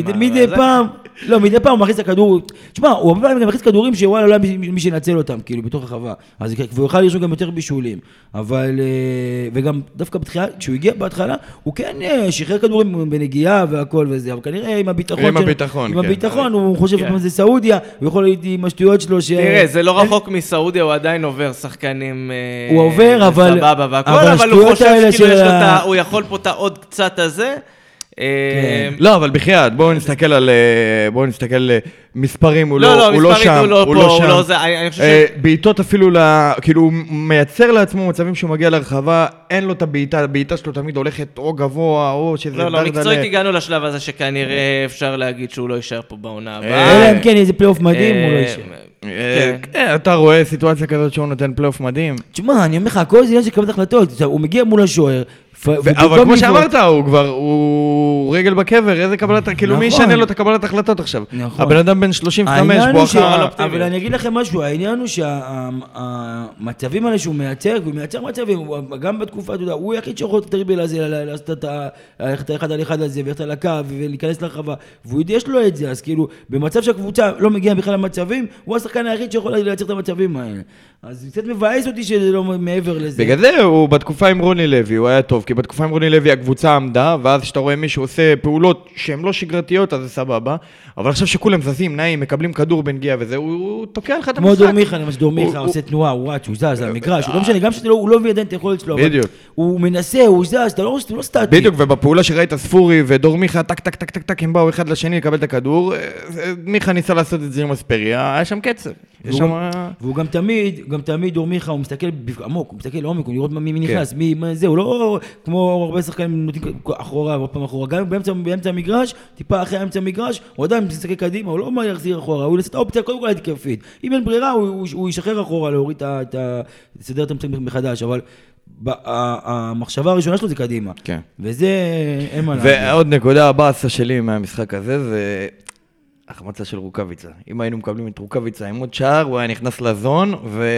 מדי פעם הוא מכניס את הכדור, תשמע, הוא גם מכניס כדורים שוואלה, לא היה מי שנצל אותם, כאילו, בתוך הרחבה. והוא יוכל לרשום גם יותר בישולים. אבל, וגם דווקא בתחילה, כשהוא הגיע בהתחלה, הוא כן שחרר כדורים בנגיעה והכל וזה, אבל כנראה עם הביטחון, הוא חושב שזה סעודיה, הוא יכול להיות עם השטויות שלו תראה, זה לא רחוק מסעודיה, הוא עדיין עובר שחקנים הוא עובר, אבל הוא חושב שהוא יכול פה את העוד קצת הזה. לא, אבל בחייאת, בואו נסתכל על מספרים, הוא לא שם, בעיטות אפילו, כאילו הוא מייצר לעצמו מצבים שהוא מגיע לרחבה, אין לו את הבעיטה שלו תמיד הולכת או גבוה, או שזה דרדלה. לא, מקצועית הגענו לשלב הזה שכנראה אפשר להגיד שהוא לא יישאר פה בעונה הבאה. אלא אם כן, איזה פלייאוף מדהים, הוא לא יישאר. אתה רואה סיטואציה כזאת שהוא נותן פלייאוף מדהים? תשמע, אני אומר לך, הכל זה עניין של קבלת החלטות, הוא מגיע מול השוער, אבל כמו שאמרת, הוא רגל בקבר, איזה קבלת, כאילו מי ישנה לו את הקבלת החלטות עכשיו? הבן אדם בן 35, אבל אני אגיד לכם משהו, העניין הוא שהמצבים האלה שהוא מייצר, והוא מייצר מצבים, גם בתקופה, אתה יודע, הוא היחיד שיכול את הטריבל הזה, לעשות את האחד על אחד הזה, ולכת על הקו, ולהיכנס לרחבה, והוא יש לו את זה, אז כאילו, במצב שהקבוצה לא מגיעה בכלל למצבים, הוא השחקן היחיד שיכול לייצר את המצבים האלה. אז זה קצת מבאס אותי שזה לא מעבר לזה. בגלל זה הוא בתקופה עם רוני לוי, הוא היה טוב, כי בתקופה עם רוני לוי הקבוצה עמדה, ואז שאתה רואה מישהו עושה פעולות שהן לא שגרתיות, אז זה סבבה, אבל עכשיו שכולם זזים, נעים, מקבלים כדור בנגיעה וזה, הוא תוקע לך את המשחק. כמו דור מיכה, למה שדור מיכה עושה תנועה, הוא רץ, הוא זז למגרש, הוא לא משנה, גם שהוא לא מביא עדיין את היכולת שלו, אבל הוא מנסה, הוא זז, אתה לא סטטי. בדיוק, ובפעולה שראית ספורי ודור מיכה, טק, טק, טק, טק, טק, הם באו אחד לשני לקבל את הכדור, מיכה ניסה לעשות את זה עם אספריה, היה שם קצר. יש שם... והוא גם תמיד דורמיכה, הוא מסתכל עמוק, הוא מסתכל לעומק, הוא לראות מי נכנס, מי זה, הוא לא כמו הרבה שחקנים נותנים אחורה, עוד פעם אחורה, גם באמצע המגרש, טיפה אחרי אמצע המגרש, הוא עדיין מסתכל קדימה, הוא לא מה יחזיר אחורה, הוא יעשה את האופציה קודם כל התקפית. אם אין ברירה, הוא ישחרר אחורה, להוריד לסדר את המצב מחדש, אבל המחשבה הראשונה שלו זה קדימה. כן. וזה אין מה להגיד. ועוד נקודה הבאסה שלי מהמשחק הזה, זה החמצה של רוקביצה. אם היינו מקבלים את רוקביצה עם עוד שער, הוא היה נכנס לזון,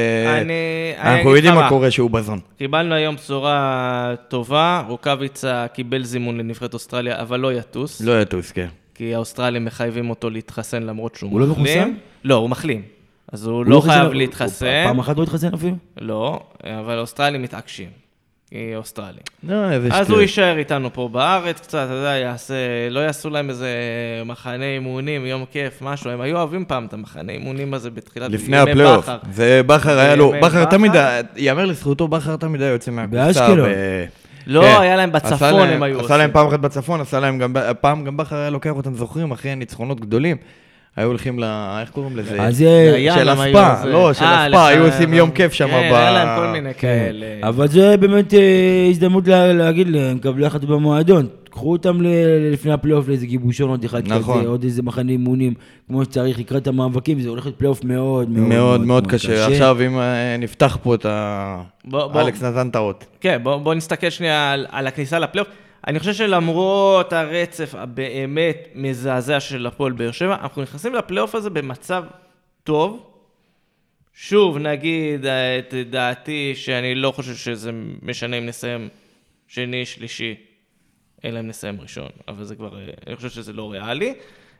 ואנחנו יודעים מה קורה שהוא בזון. קיבלנו היום בשורה טובה, רוקביצה קיבל זימון לנבחרת אוסטרליה, אבל לא יטוס. לא יטוס, כן. כי האוסטרלים מחייבים אותו להתחסן למרות שהוא מחלים. הוא לא מחוסן? לא, הוא מחלים. אז הוא לא חייב להתחסן. פעם אחת לא התחסן אפילו? לא, אבל האוסטרלים מתעקשים. היא אוסטרלים. אז הוא יישאר איתנו פה בארץ קצת, אתה יודע, לא יעשו להם איזה מחנה אימונים, יום כיף, משהו. הם היו אוהבים פעם את המחנה אימונים הזה בתחילת לפני הפלייאוף. זה בכר היה לו, בכר תמיד, יאמר לזכותו, בכר תמיד היה יוצא מהקופסה. באשקלון. לא, היה להם בצפון, הם היו עושים. עשה להם פעם אחת בצפון, עשה להם גם, פעם גם בכר היה לוקח אותם זוכרים, אחרי ניצחונות גדולים. היו הולכים איך קוראים לזה? של הספה, לא, של הספה, היו עושים יום כיף שם. כן, היה להם כל מיני כאלה. אבל זה באמת הזדמנות להגיד להם, קבלו יחד במועדון, קחו אותם לפני הפלייאוף לאיזה גיבושון עוד אחד כזה, עוד איזה מחנה אימונים, כמו שצריך לקראת המאבקים, וזה הולך להיות פלייאוף מאוד מאוד מאוד קשה. עכשיו אם נפתח פה את אלכס נתן טעות. כן, בואו נסתכל שנייה על הכניסה לפלייאוף. אני חושב שלמרות הרצף הבאמת מזעזע של הפועל באר שבע, אנחנו נכנסים לפלייאוף הזה במצב טוב. שוב, נגיד את דעתי שאני לא חושב שזה משנה אם נסיים שני, שלישי, אלא אם נסיים ראשון, אבל זה כבר, אני חושב שזה לא ריאלי.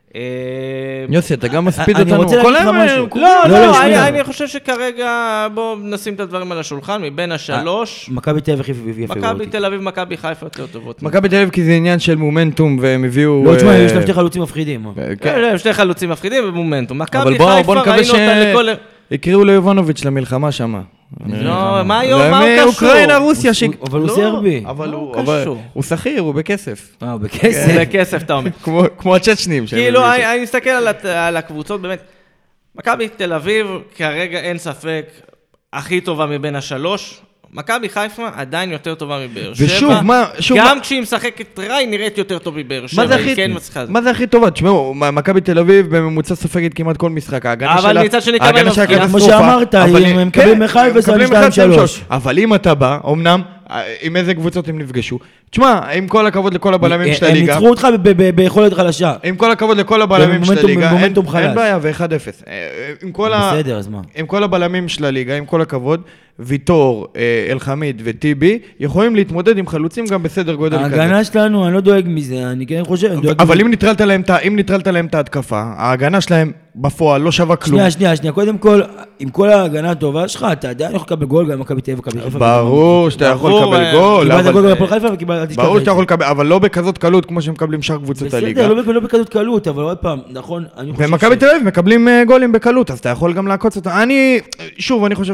יוסי, אתה גם מספיד אותנו. אני רוצה להגיד לך משהו. לא, אני חושב שכרגע בואו נשים את הדברים על השולחן, מבין השלוש. מכבי תל אביב יפה. מכבי תל אביב, מכבי חיפה יותר טובות. מכבי תל אביב כי זה עניין של מומנטום, והם הביאו... לא, תשמע, יש להם שתי חלוצים מפחידים. כן, שתי חלוצים מפחידים ומומנטום. מכבי אבל חיפה, בוא נקווה ראינו אותם לכל... יקראו ליובנוביץ' למלחמה שם. לא, מה היום? מה הוא קשור? אוקראינה, רוסיה, אבל הוא סרבי. אבל הוא שכיר, הוא בכסף. הוא בכסף. בכסף, אתה אומר. כמו הצ'צ'נים. כאילו, אני מסתכל על הקבוצות, באמת, מכבי תל אביב, כרגע אין ספק, הכי טובה מבין השלוש. מכבי חיפה עדיין יותר טובה מבאר שבע. ושוב, גם כשהיא משחקת רע, היא נראית יותר טוב מבאר שבע. מה זה הכי טובה? תשמעו, מכבי תל אביב בממוצע סופגת כמעט כל משחק. אבל מצד שני כמה מפקיעה. כמו שאמרת, הם מקבלים מחיפה 2-3. אבל אם אתה בא, אמנם, עם איזה קבוצות הם נפגשו. תשמע, עם כל הכבוד לכל הבלמים של הליגה. הם ניצחו אותך ביכולת חלשה. עם כל הכבוד לכל הבלמים של הליגה. אין בעיה, ו-1-0. בסדר, אז מה? עם כל הבלמים של הליגה, עם כל הכבוד, ויטור, אלחמיד וטיבי, יכולים להתמודד עם חלוצים גם בסדר גודל כזה. ההגנה שלנו, אני לא דואג מזה, אני כן חושב. אבל אם נטרלת להם את ההתקפה, ההגנה שלהם בפועל לא שווה כלום. שנייה, קודם כל, עם כל ההגנה הטובה שלך, אתה עדיין יכול לקבל גול, גם מכבי תל אביב ומכבי חיפה. ברור שאתה יכול לקבל גול. קיבלת גול גם בהפועל חיפה וקיבלת... ברור שאתה יכול לקבל, אבל לא בכזאת קלות כמו שמקבלים שאר קבוצות הליגה. בסדר, לא בכזאת קלות, אבל עוד פעם, נכון, אני חושב ומכבי תל אביב מקבלים גולים בקלות, אז אתה יכול גם לעקוץ אותם. אני חושב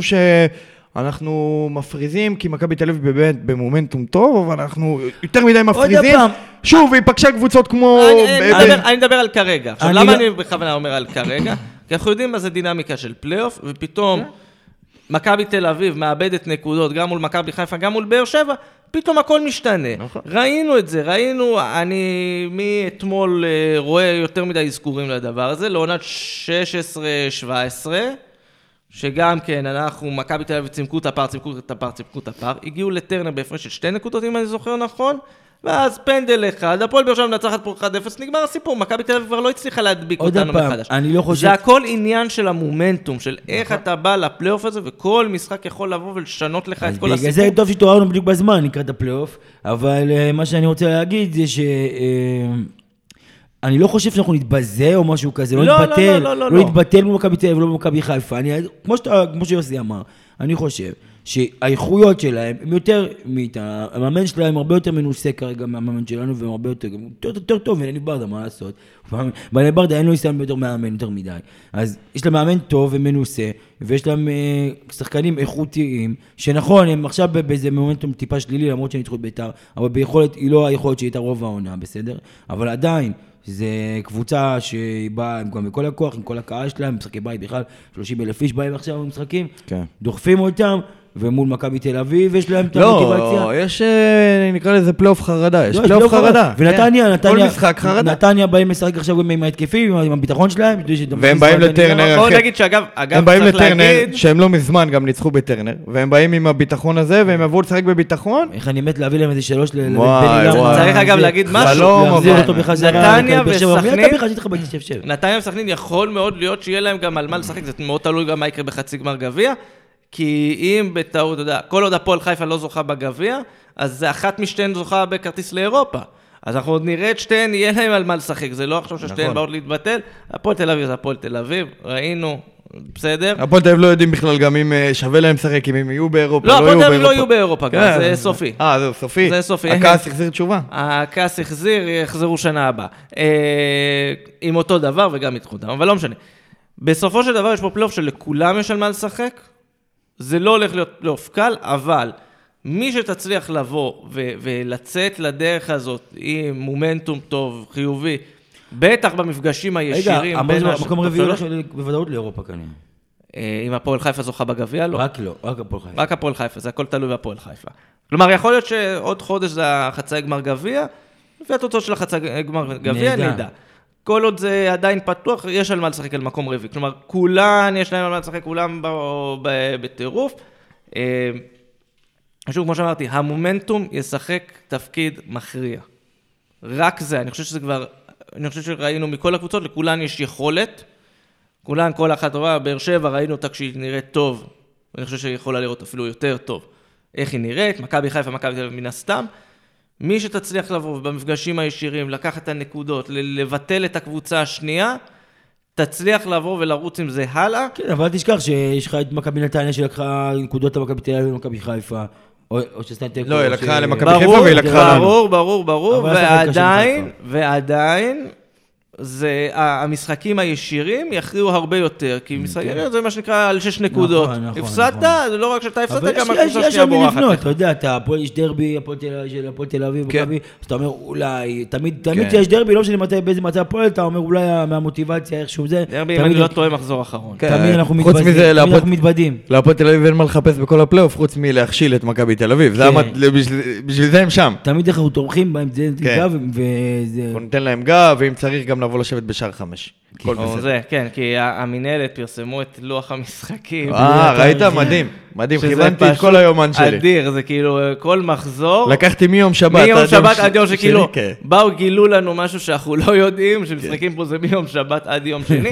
שאנחנו מפריזים, כי מכבי תל אביב באמת במומנטום טוב, אבל אנחנו יותר מדי מפריזים. שוב, היא פגשה קבוצות כמו... אני מדבר על כרגע. עכשיו, למה אני בכוונה אומר על כרגע? כי אנחנו יודעים מה זה דינמיקה של פלייאוף, ופתאום מכבי תל אביב מאבדת נקודות, גם מול מכבי חיפה, גם מול באר שבע, פתאום הכל משתנה. ראינו את זה, אני מאתמול רואה יותר מדי אזכורים לדבר הזה, לעונת 16-17, שגם כן, מכבי תל אביב צימקו את הפער, הגיעו לטרנר בהפרש של 2 נקודות, אם אני זוכר נכון, ואז פנדל אחד, הפועל באר שבע מנצחת פה 1-0, נגמר הסיפור, מכבי תל אביב כבר לא הצליחה להדביק אותנו מחדש. אני לא חושב... זה הכל עניין של המומנטום, של איך אתה בא לפלייאוף הזה, וכל משחק יכול לבוא ולשנות לך את כל הסיפור. בגלל זה טוב שתוארנו בדיוק בזמן לקראת הפלייאוף, אבל מה שאני רוצה להגיד זה ש... אני לא חושב שאנחנו נתבזה או משהו כזה, לא נתבטל מול מכבי תל אביב ולא במכבי חיפה. כמו שיוסי אמר, אני חושב שהאיכויות שלהם הם יותר מאיתנו, המאמן שלהם הרבה יותר מנוסה כרגע מהמאמן שלנו, והם הרבה יותר טוב, ואין לי ברדה, מה לעשות? ואין ברדה, אין לו ניסיון יותר מאמן, יותר מדי. אז יש להם מאמן טוב ומנוסה, ויש להם שחקנים איכותיים, שנכון, הם עכשיו באיזה מומנטום טיפה שלילי, למרות שניצחו את בית"ר, אבל ביכולת, היא לא היכולת שהייתה רוב העונה, בסדר? אבל עדיין, זה קבוצה שבאה גם בכל הכוח, עם כל הקהל שלהם, משחקי בית בכלל, 30,000 איש באים עכשיו במשחקים, כן. דוחפים אותם, ומול מכבי תל אביב יש להם את המוטיבציה. לא, יש, נקרא לזה פלייאוף חרדה, יש פלייאוף חרדה. ונתניה, כל משחק חרדה. נתניה באים לשחק עכשיו עם ההתקפים, עם הביטחון שלהם. והם באים לטרנר. בואו נגיד שאגב, הם באים לטרנר, שהם לא מזמן גם ניצחו בטרנר, והם באים עם הביטחון הזה, והם יבואו לשחק בביטחון. איך אני מת להביא להם איזה 3 צריך אגב להגיד משהו. נתניה וסכנין יכול מאוד להיות שיהיה להם גם על מה לשחק, זה מאוד תלוי גם מה יקרה בחצי גמר גביע, כי אם בטעות, אתה יודע, כל עוד הפועל חיפה לא זוכה בגביע, אז זה אחת משתיהן זוכה בכרטיס לאירופה. אז אנחנו עוד נראה את שתיהן, יהיה להם על מה לשחק, זה לא עכשיו ששתיהן באות להתבטל, הפועל תל אביב זה הפועל תל אביב, ראינו, בסדר. הפועל תל אביב לא יודעים בכלל גם אם שווה להם לשחק, אם הם יהיו באירופה, לא, הפועל תל אביב לא יהיו באירופה, זה סופי. זהו, סופי. זה סופי. הכעס החזיר תשובה. הכעס החזיר, יחזרו שנה הבאה. עם אותו דבר וגם יתחו אותם, אבל לא משנה. בסופו של דבר יש פה פלייאוף שלכולם יש על מה לשחק, זה לא הולך להיות פלייאוף קל, אבל מי שתצליח לבוא ולצאת לדרך הזאת עם מומנטום טוב, חיובי, בטח במפגשים הישירים. רגע, המקום רביעי הולך בוודאות לאירופה כנראה. אם הפועל חיפה זוכה בגביע, לא. רק הפועל חיפה. רק הפועל חיפה, זה הכל תלוי בהפועל חיפה. כלומר, יכול להיות שעוד חודש זה החצאי גמר גביע, לפי התוצאות של החצאי גמר גביע, נדע. כל עוד זה עדיין פתוח, יש על מה לשחק על מקום רביעי. כלומר, כולן יש להם על מה לשחק, כולם בטירוף. שוב, כמו שאמרתי, המומנטום ישחק תפקיד מכריע. רק זה, אני חושב שראינו מכל הקבוצות, לכולן יש יכולת. כולן, כל אחת טובה, באר שבע, ראינו אותה כשהיא נראית טוב. אני חושב שהיא יכולה לראות אפילו יותר טוב. איך היא נראית, מכבי חיפה, מכבי תל אביב מן הסתם. מי שתצליח לבוא במפגשים הישירים, לקחת את הנקודות, לבטל את הקבוצה השנייה, תצליח לבוא ולרוץ עם זה הלאה. כן, אבל תשכח שיש לך את מכבי נתניה שלקחה נקודות למכבי תל אביב ומכבי חיפה, או שסתם תקו. לא, היא לקחה למכבי חיפה והיא לקחה לנו. ברור, ועדיין, זה, המשחקים הישירים יכריעו הרבה יותר, כי משחקים זה מה שנקרא על 6 נקודות. הפסדת, זה לא רק שאתה הפסדת, גם הקבוצה שנייה בורחת. אתה יודע, יש דרבי, הפועל תל אביב, אז אתה אומר, אולי, תמיד שיש דרבי, לא משנה באיזה מצב הפועל, אתה אומר, אולי מהמוטיבציה איכשהו זה. דרבי, אם אני לא טועה, מחזור אחרון. תמיד אנחנו מתבדים. להפועל תל אביב אין מה לחפש בכל הפלייאוף, חוץ מלהכשיל את מכבי תל אביב. בשביל זה הם שם. תמיד אנחנו תומכים בהם, ניתן להם גב, ואם צריך גם לבוא לשבת בשער 5. זה, כן, כי המנהלת פרסמו את לוח המשחקים. ראית? מדהים. מדהים, חיבנתי את כל היומן שלי. אדיר, זה כאילו כל מחזור. לקחתי מיום שבת עד יום שכאילו, באו גילו לנו משהו שאנחנו לא יודעים, שמשחקים פה זה מיום שבת עד יום שני.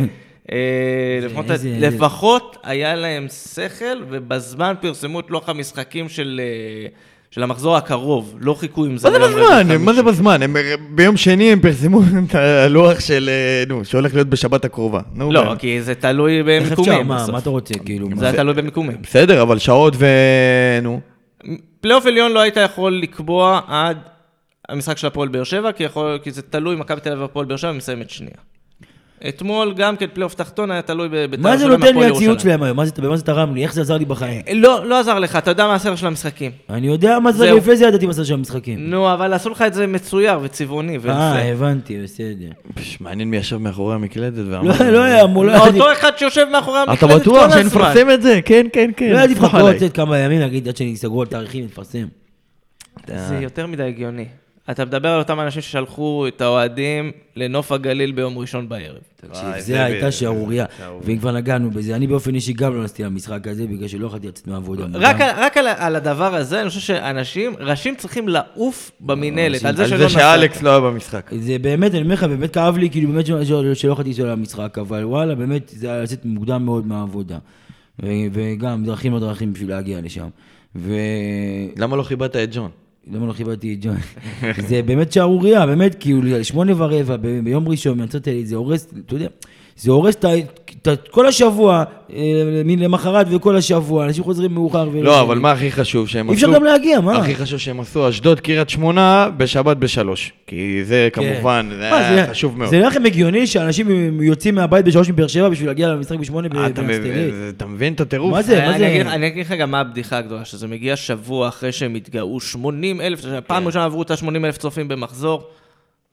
לפחות היה להם שכל, ובזמן פרסמו את לוח המשחקים של המחזור הקרוב, לא חיכו עם זה. מה זה בזמן? ביום שני הם פרסמו את הלוח של, שהולך להיות בשבת הקרובה. לא, כי זה תלוי במיקומים. מה אתה רוצה? זה תלוי במיקומים. בסדר, אבל שעות פלייאוף עליון לא היית יכול לקבוע עד המשחק של הפועל באר שבע, כי זה תלוי מכבי תל אביב והפועל באר שבע מסיימת שנייה. אתמול גם כן פלייאוף תחתון היה תלוי מה זה נותן לי הציוד שלהם היום? במה זה תרם לי? איך זה עזר לי בחיים? לא עזר לך, אתה יודע מה הסדר של המשחקים. אני יודע מה זה, לפני זה ידעתי מה הסדר של המשחקים. נו, אבל עשו לך את זה מצויר וצבעוני. הבנתי, בסדר. מעניין מי ישב מאחורי המקלדת לא היה, אותו אחד שיושב מאחורי המקלדת כל הזמן. אתה בטוח שנפרסם את זה? כן. לא היה לפחות לצאת כמה ימים, נגיד, עד שנסגרו על תאריכים, נפרסם. זה יותר מדי הגיוני. אתה מדבר על אותם אנשים ששלחו את האוהדים לנוף הגליל ביום ראשון בערב. תקשיב, זה הייתה שערוריה, ואם כבר נגענו בזה, אני באופן אישי גם לא נסתי למשחק הזה, בגלל שלא יכולתי לצאת מהעבודה. רק על הדבר הזה, אני חושב שאנשים, ראשים צריכים לעוף במנהלת, על זה שאלכס לא היה במשחק. זה באמת, אני אומר לך, באמת כאב לי, כאילו באמת שלא יכולתי לצאת למשחק, אבל וואלה, באמת, זה היה לצאת מוקדם מאוד מהעבודה. וגם דרכים ודרכים בשביל להגיע לשם. למה לא חיברת את ג'ון? למה לא חיברתי את ג'ון? זה באמת שערוריה, באמת, כאילו, 8:15 ביום ראשון, זה הורס, אתה יודע, זה הורס כל השבוע, למחרת וכל השבוע, אנשים חוזרים מאוחר. לא, אבל מה הכי חשוב שהם עשו? אי אפשר גם להגיע, מה? הכי חשוב שהם עשו, אשדוד קריית שמונה בשבת ב3, כי זה כמובן, זה היה חשוב מאוד. זה נראה לכם הגיוני שאנשים יוצאים מהבית ב3 מבאר שבע בשביל להגיע למשחק ב8 בנסטרית. אתה מבין את הטירוף? מה זה? אני אגיד לך גם מה הבדיחה הגדולה, שזה מגיע שבוע אחרי שהם התגאו 80,000, פעם ראשונה עברו את ה-80,000 צופים במחזור,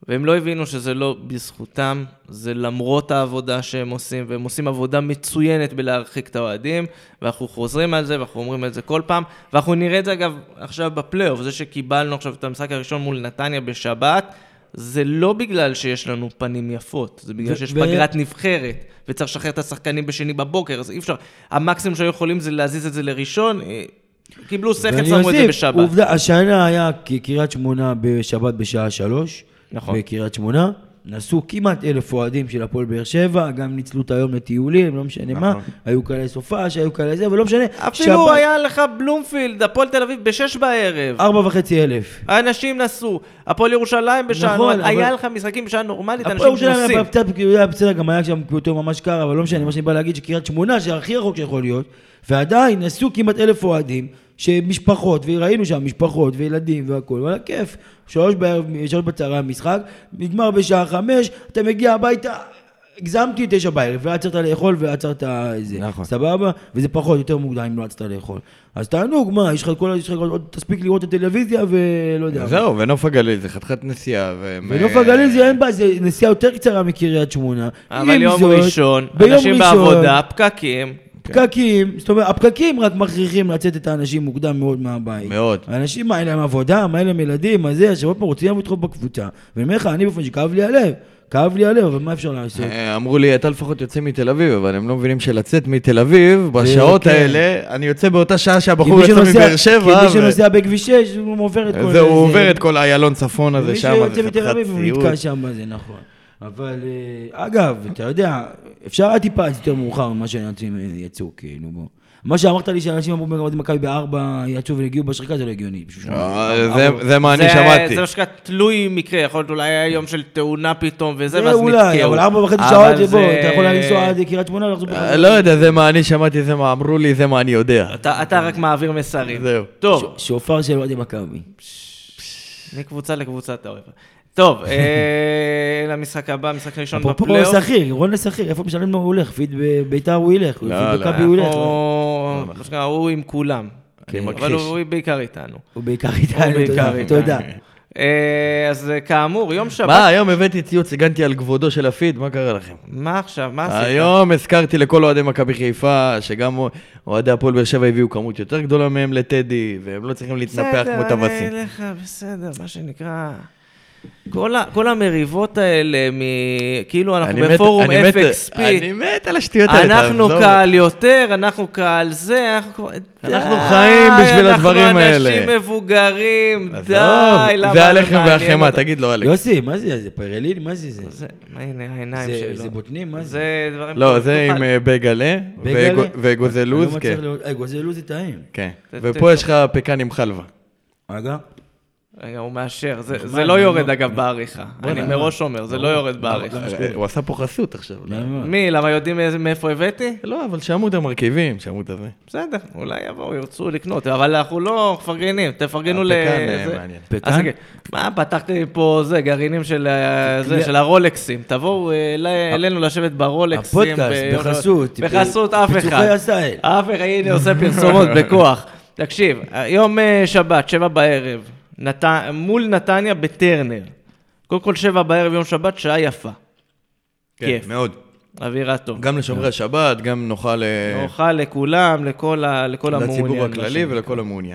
והם לא הבינו שזה לא בזכותם, זה למרות העבודה שהם עושים, והם עושים עבודה מצוינת בלהרחיק את האוהדים, ואנחנו חוזרים על זה, ואנחנו אומרים את זה כל פעם, ואנחנו נראה את זה אגב עכשיו בפלייאוף, זה שקיבלנו עכשיו את המשחק הראשון מול נתניה בשבת, זה לא בגלל שיש לנו פנים יפות, זה בגלל שיש פגרת נבחרת, וצריך לשחרר את השחקנים בשני בבוקר, אז אי אפשר, המקסימום שהיו יכולים זה להזיז את זה לראשון, קיבלו שכל, שמו את זה בשבת. עובדה, השנה היה קריית שמונה בשבת בשעה 3, נכון. בקריית שמונה, נסעו כמעט 1,000 אוהדים של הפועל באר שבע, גם ניצלו את היום לטיולים, לא משנה מה, היו כאלה סופש, היו כאלה זה, אבל לא משנה. אפילו היה לך בלומפילד, הפועל תל אביב ב6 בערב. 4,500. האנשים נסעו, הפועל ירושלים בשעה, נכון, היה לך משחקים בשעה נורמלית, הפועל אנשים ירושלים נוסעים. היה בסדר, גם היה שם יותר ממש קר, אבל לא משנה, מה שאני בא להגיד שקריית שמונה, שהכי רחוק שיכול להיות, ועדיין נסעו כמעט 1,000 אוהדים, שמשפחות, וראינו שם משפחות וילדים והכל, אבל כיף, 3 בצהריים משחק, נגמר בשעה 5, אתה מגיע הביתה, הגזמתי 9 בערב, ועצרת לאכול ועצרת איזה, נכון. סבבה? וזה פחות, יותר מוקדם אם לא עצרת לאכול. אז תענוג, מה, יש לך עוד תספיק לראות את הטלוויזיה ולא יודע. זהו, ונוף הגליל זה חתיכת נסיעה. ונוף הגליל זה אין בה, זה נסיעה יותר קצרה מקריית שמונה. אבל יום ראשון, אנשים בעבודה, פקקים, זאת אומרת, הפקקים רק מכריחים לצאת את האנשים מוקדם מאוד מהבית. מאוד. האנשים מה, אין להם עבודה, מה, אין להם ילדים, מה זה, השבוע פעם רוצים לדחוף בקבוצה. ואני אומר לך, אני בפני שכאב לי הלב, אבל מה אפשר לעשות? אמרו לי, אתה לפחות יוצא מתל אביב, אבל הם לא מבינים שלצאת מתל אביב, בשעות האלה, אני יוצא באותה שעה שהבחור יוצא מבאר שבע. כי מי שנוסע בכביש 6, הוא עובר את כל זה. הוא עובר את כל איילון צפון הזה, שם זה יוצא מתל אביב, הוא נתקע שם בזה, נכון. אבל, אגב, אתה יודע, אפשר טיפה יותר מאוחר ממה שאנשים יצאו, כאילו, בוא. מה שאמרת לי שאנשים אמרו בגמרי מכבי ב4 יצאו והגיעו בשריקה, זה לא הגיוני. זה מה אני שמעתי. זה משקע תלוי מקרה, יכול להיות אולי היה יום של תאונה פתאום וזה, ואז אולי, נתקעו. אבל 4.5 שעות, בוא, אתה יכול לנסוע עד קריית שמונה, לא יודע, זה מה אני שמעתי, זה מה אמרו לי, זה מה אני יודע. אתה רק מעביר מסרים. זהו. טוב. שופר של אוהדי מכבי. מקבוצה לקבוצה אתה אוהב. טוב, למשחק הבא, משחק ראשון בפלייאוף. אפרופו שכיר, רון לשכיר, איפה משלם לו הוא הולך? פיד ביתר הוא ילך, פיד מכבי הוא ילך. הוא עם כולם, אבל הוא בעיקר איתנו. הוא בעיקר איתנו, תודה. אז כאמור, יום שבת... מה, היום הבאתי ציוץ, הגנתי על כבודו של הפיד, מה קרה לכם? מה עכשיו, מה עשית? היום הזכרתי לכל אוהדי מכבי חיפה, שגם אוהדי הפועל באר שבע הביאו כמות יותר גדולה מהם לטדי, והם לא צריכים להתנפח כמו טווסים. בסדר, מה שנקרא... כל המריבות האלה, כאילו אנחנו בפורום FXP, אני מת על השטויות האלה. אנחנו קהל יותר, אנחנו קהל זה, אנחנו חיים בשביל הדברים האלה. אנחנו אנשים מבוגרים, די, זה הלחם והחמה, תגיד לו אלכס. יוסי, מה זה? זה פרליני? מה זה? הנה העיניים שלו. זה בוטנים? מה זה? זה דברים... לא, זה עם בגלה וגוזל לוז, כן. גוזל לוז זה טעים. כן, ופה יש לך פקן עם חלבה. רגע. רגע, הוא מאשר, זה לא יורד אגב בעריכה, אני מראש אומר, זה לא יורד בעריכה. הוא עשה פה חסות עכשיו. מי, למה יודעים מאיפה הבאתי? לא, אבל שמעו את המרכיבים, שמעו את זה. בסדר, אולי יבואו, ירצו לקנות, אבל אנחנו לא מפרגנים, תפרגנו הפקן מעניין. פקן? מה, פתחתי פה זה, גרעינים של הרולקסים, תבואו אלינו לשבת ברולקסים. הפודקאסט, בחסות אף אחד. פיצוחי הסייל. אף אחד, הנה עושה פרסומות בכוח. תקשיב, יום שבת, 7 בערב. מול נתניה בטרנר. קודם כל 7 בערב יום שבת, שעה יפה. כיף. מאוד. אווירה טוב. גם לשומרי השבת, גם נוכל... נוכל לכולם, לכל המעוניין. לציבור הכללי ולכל המעוניין.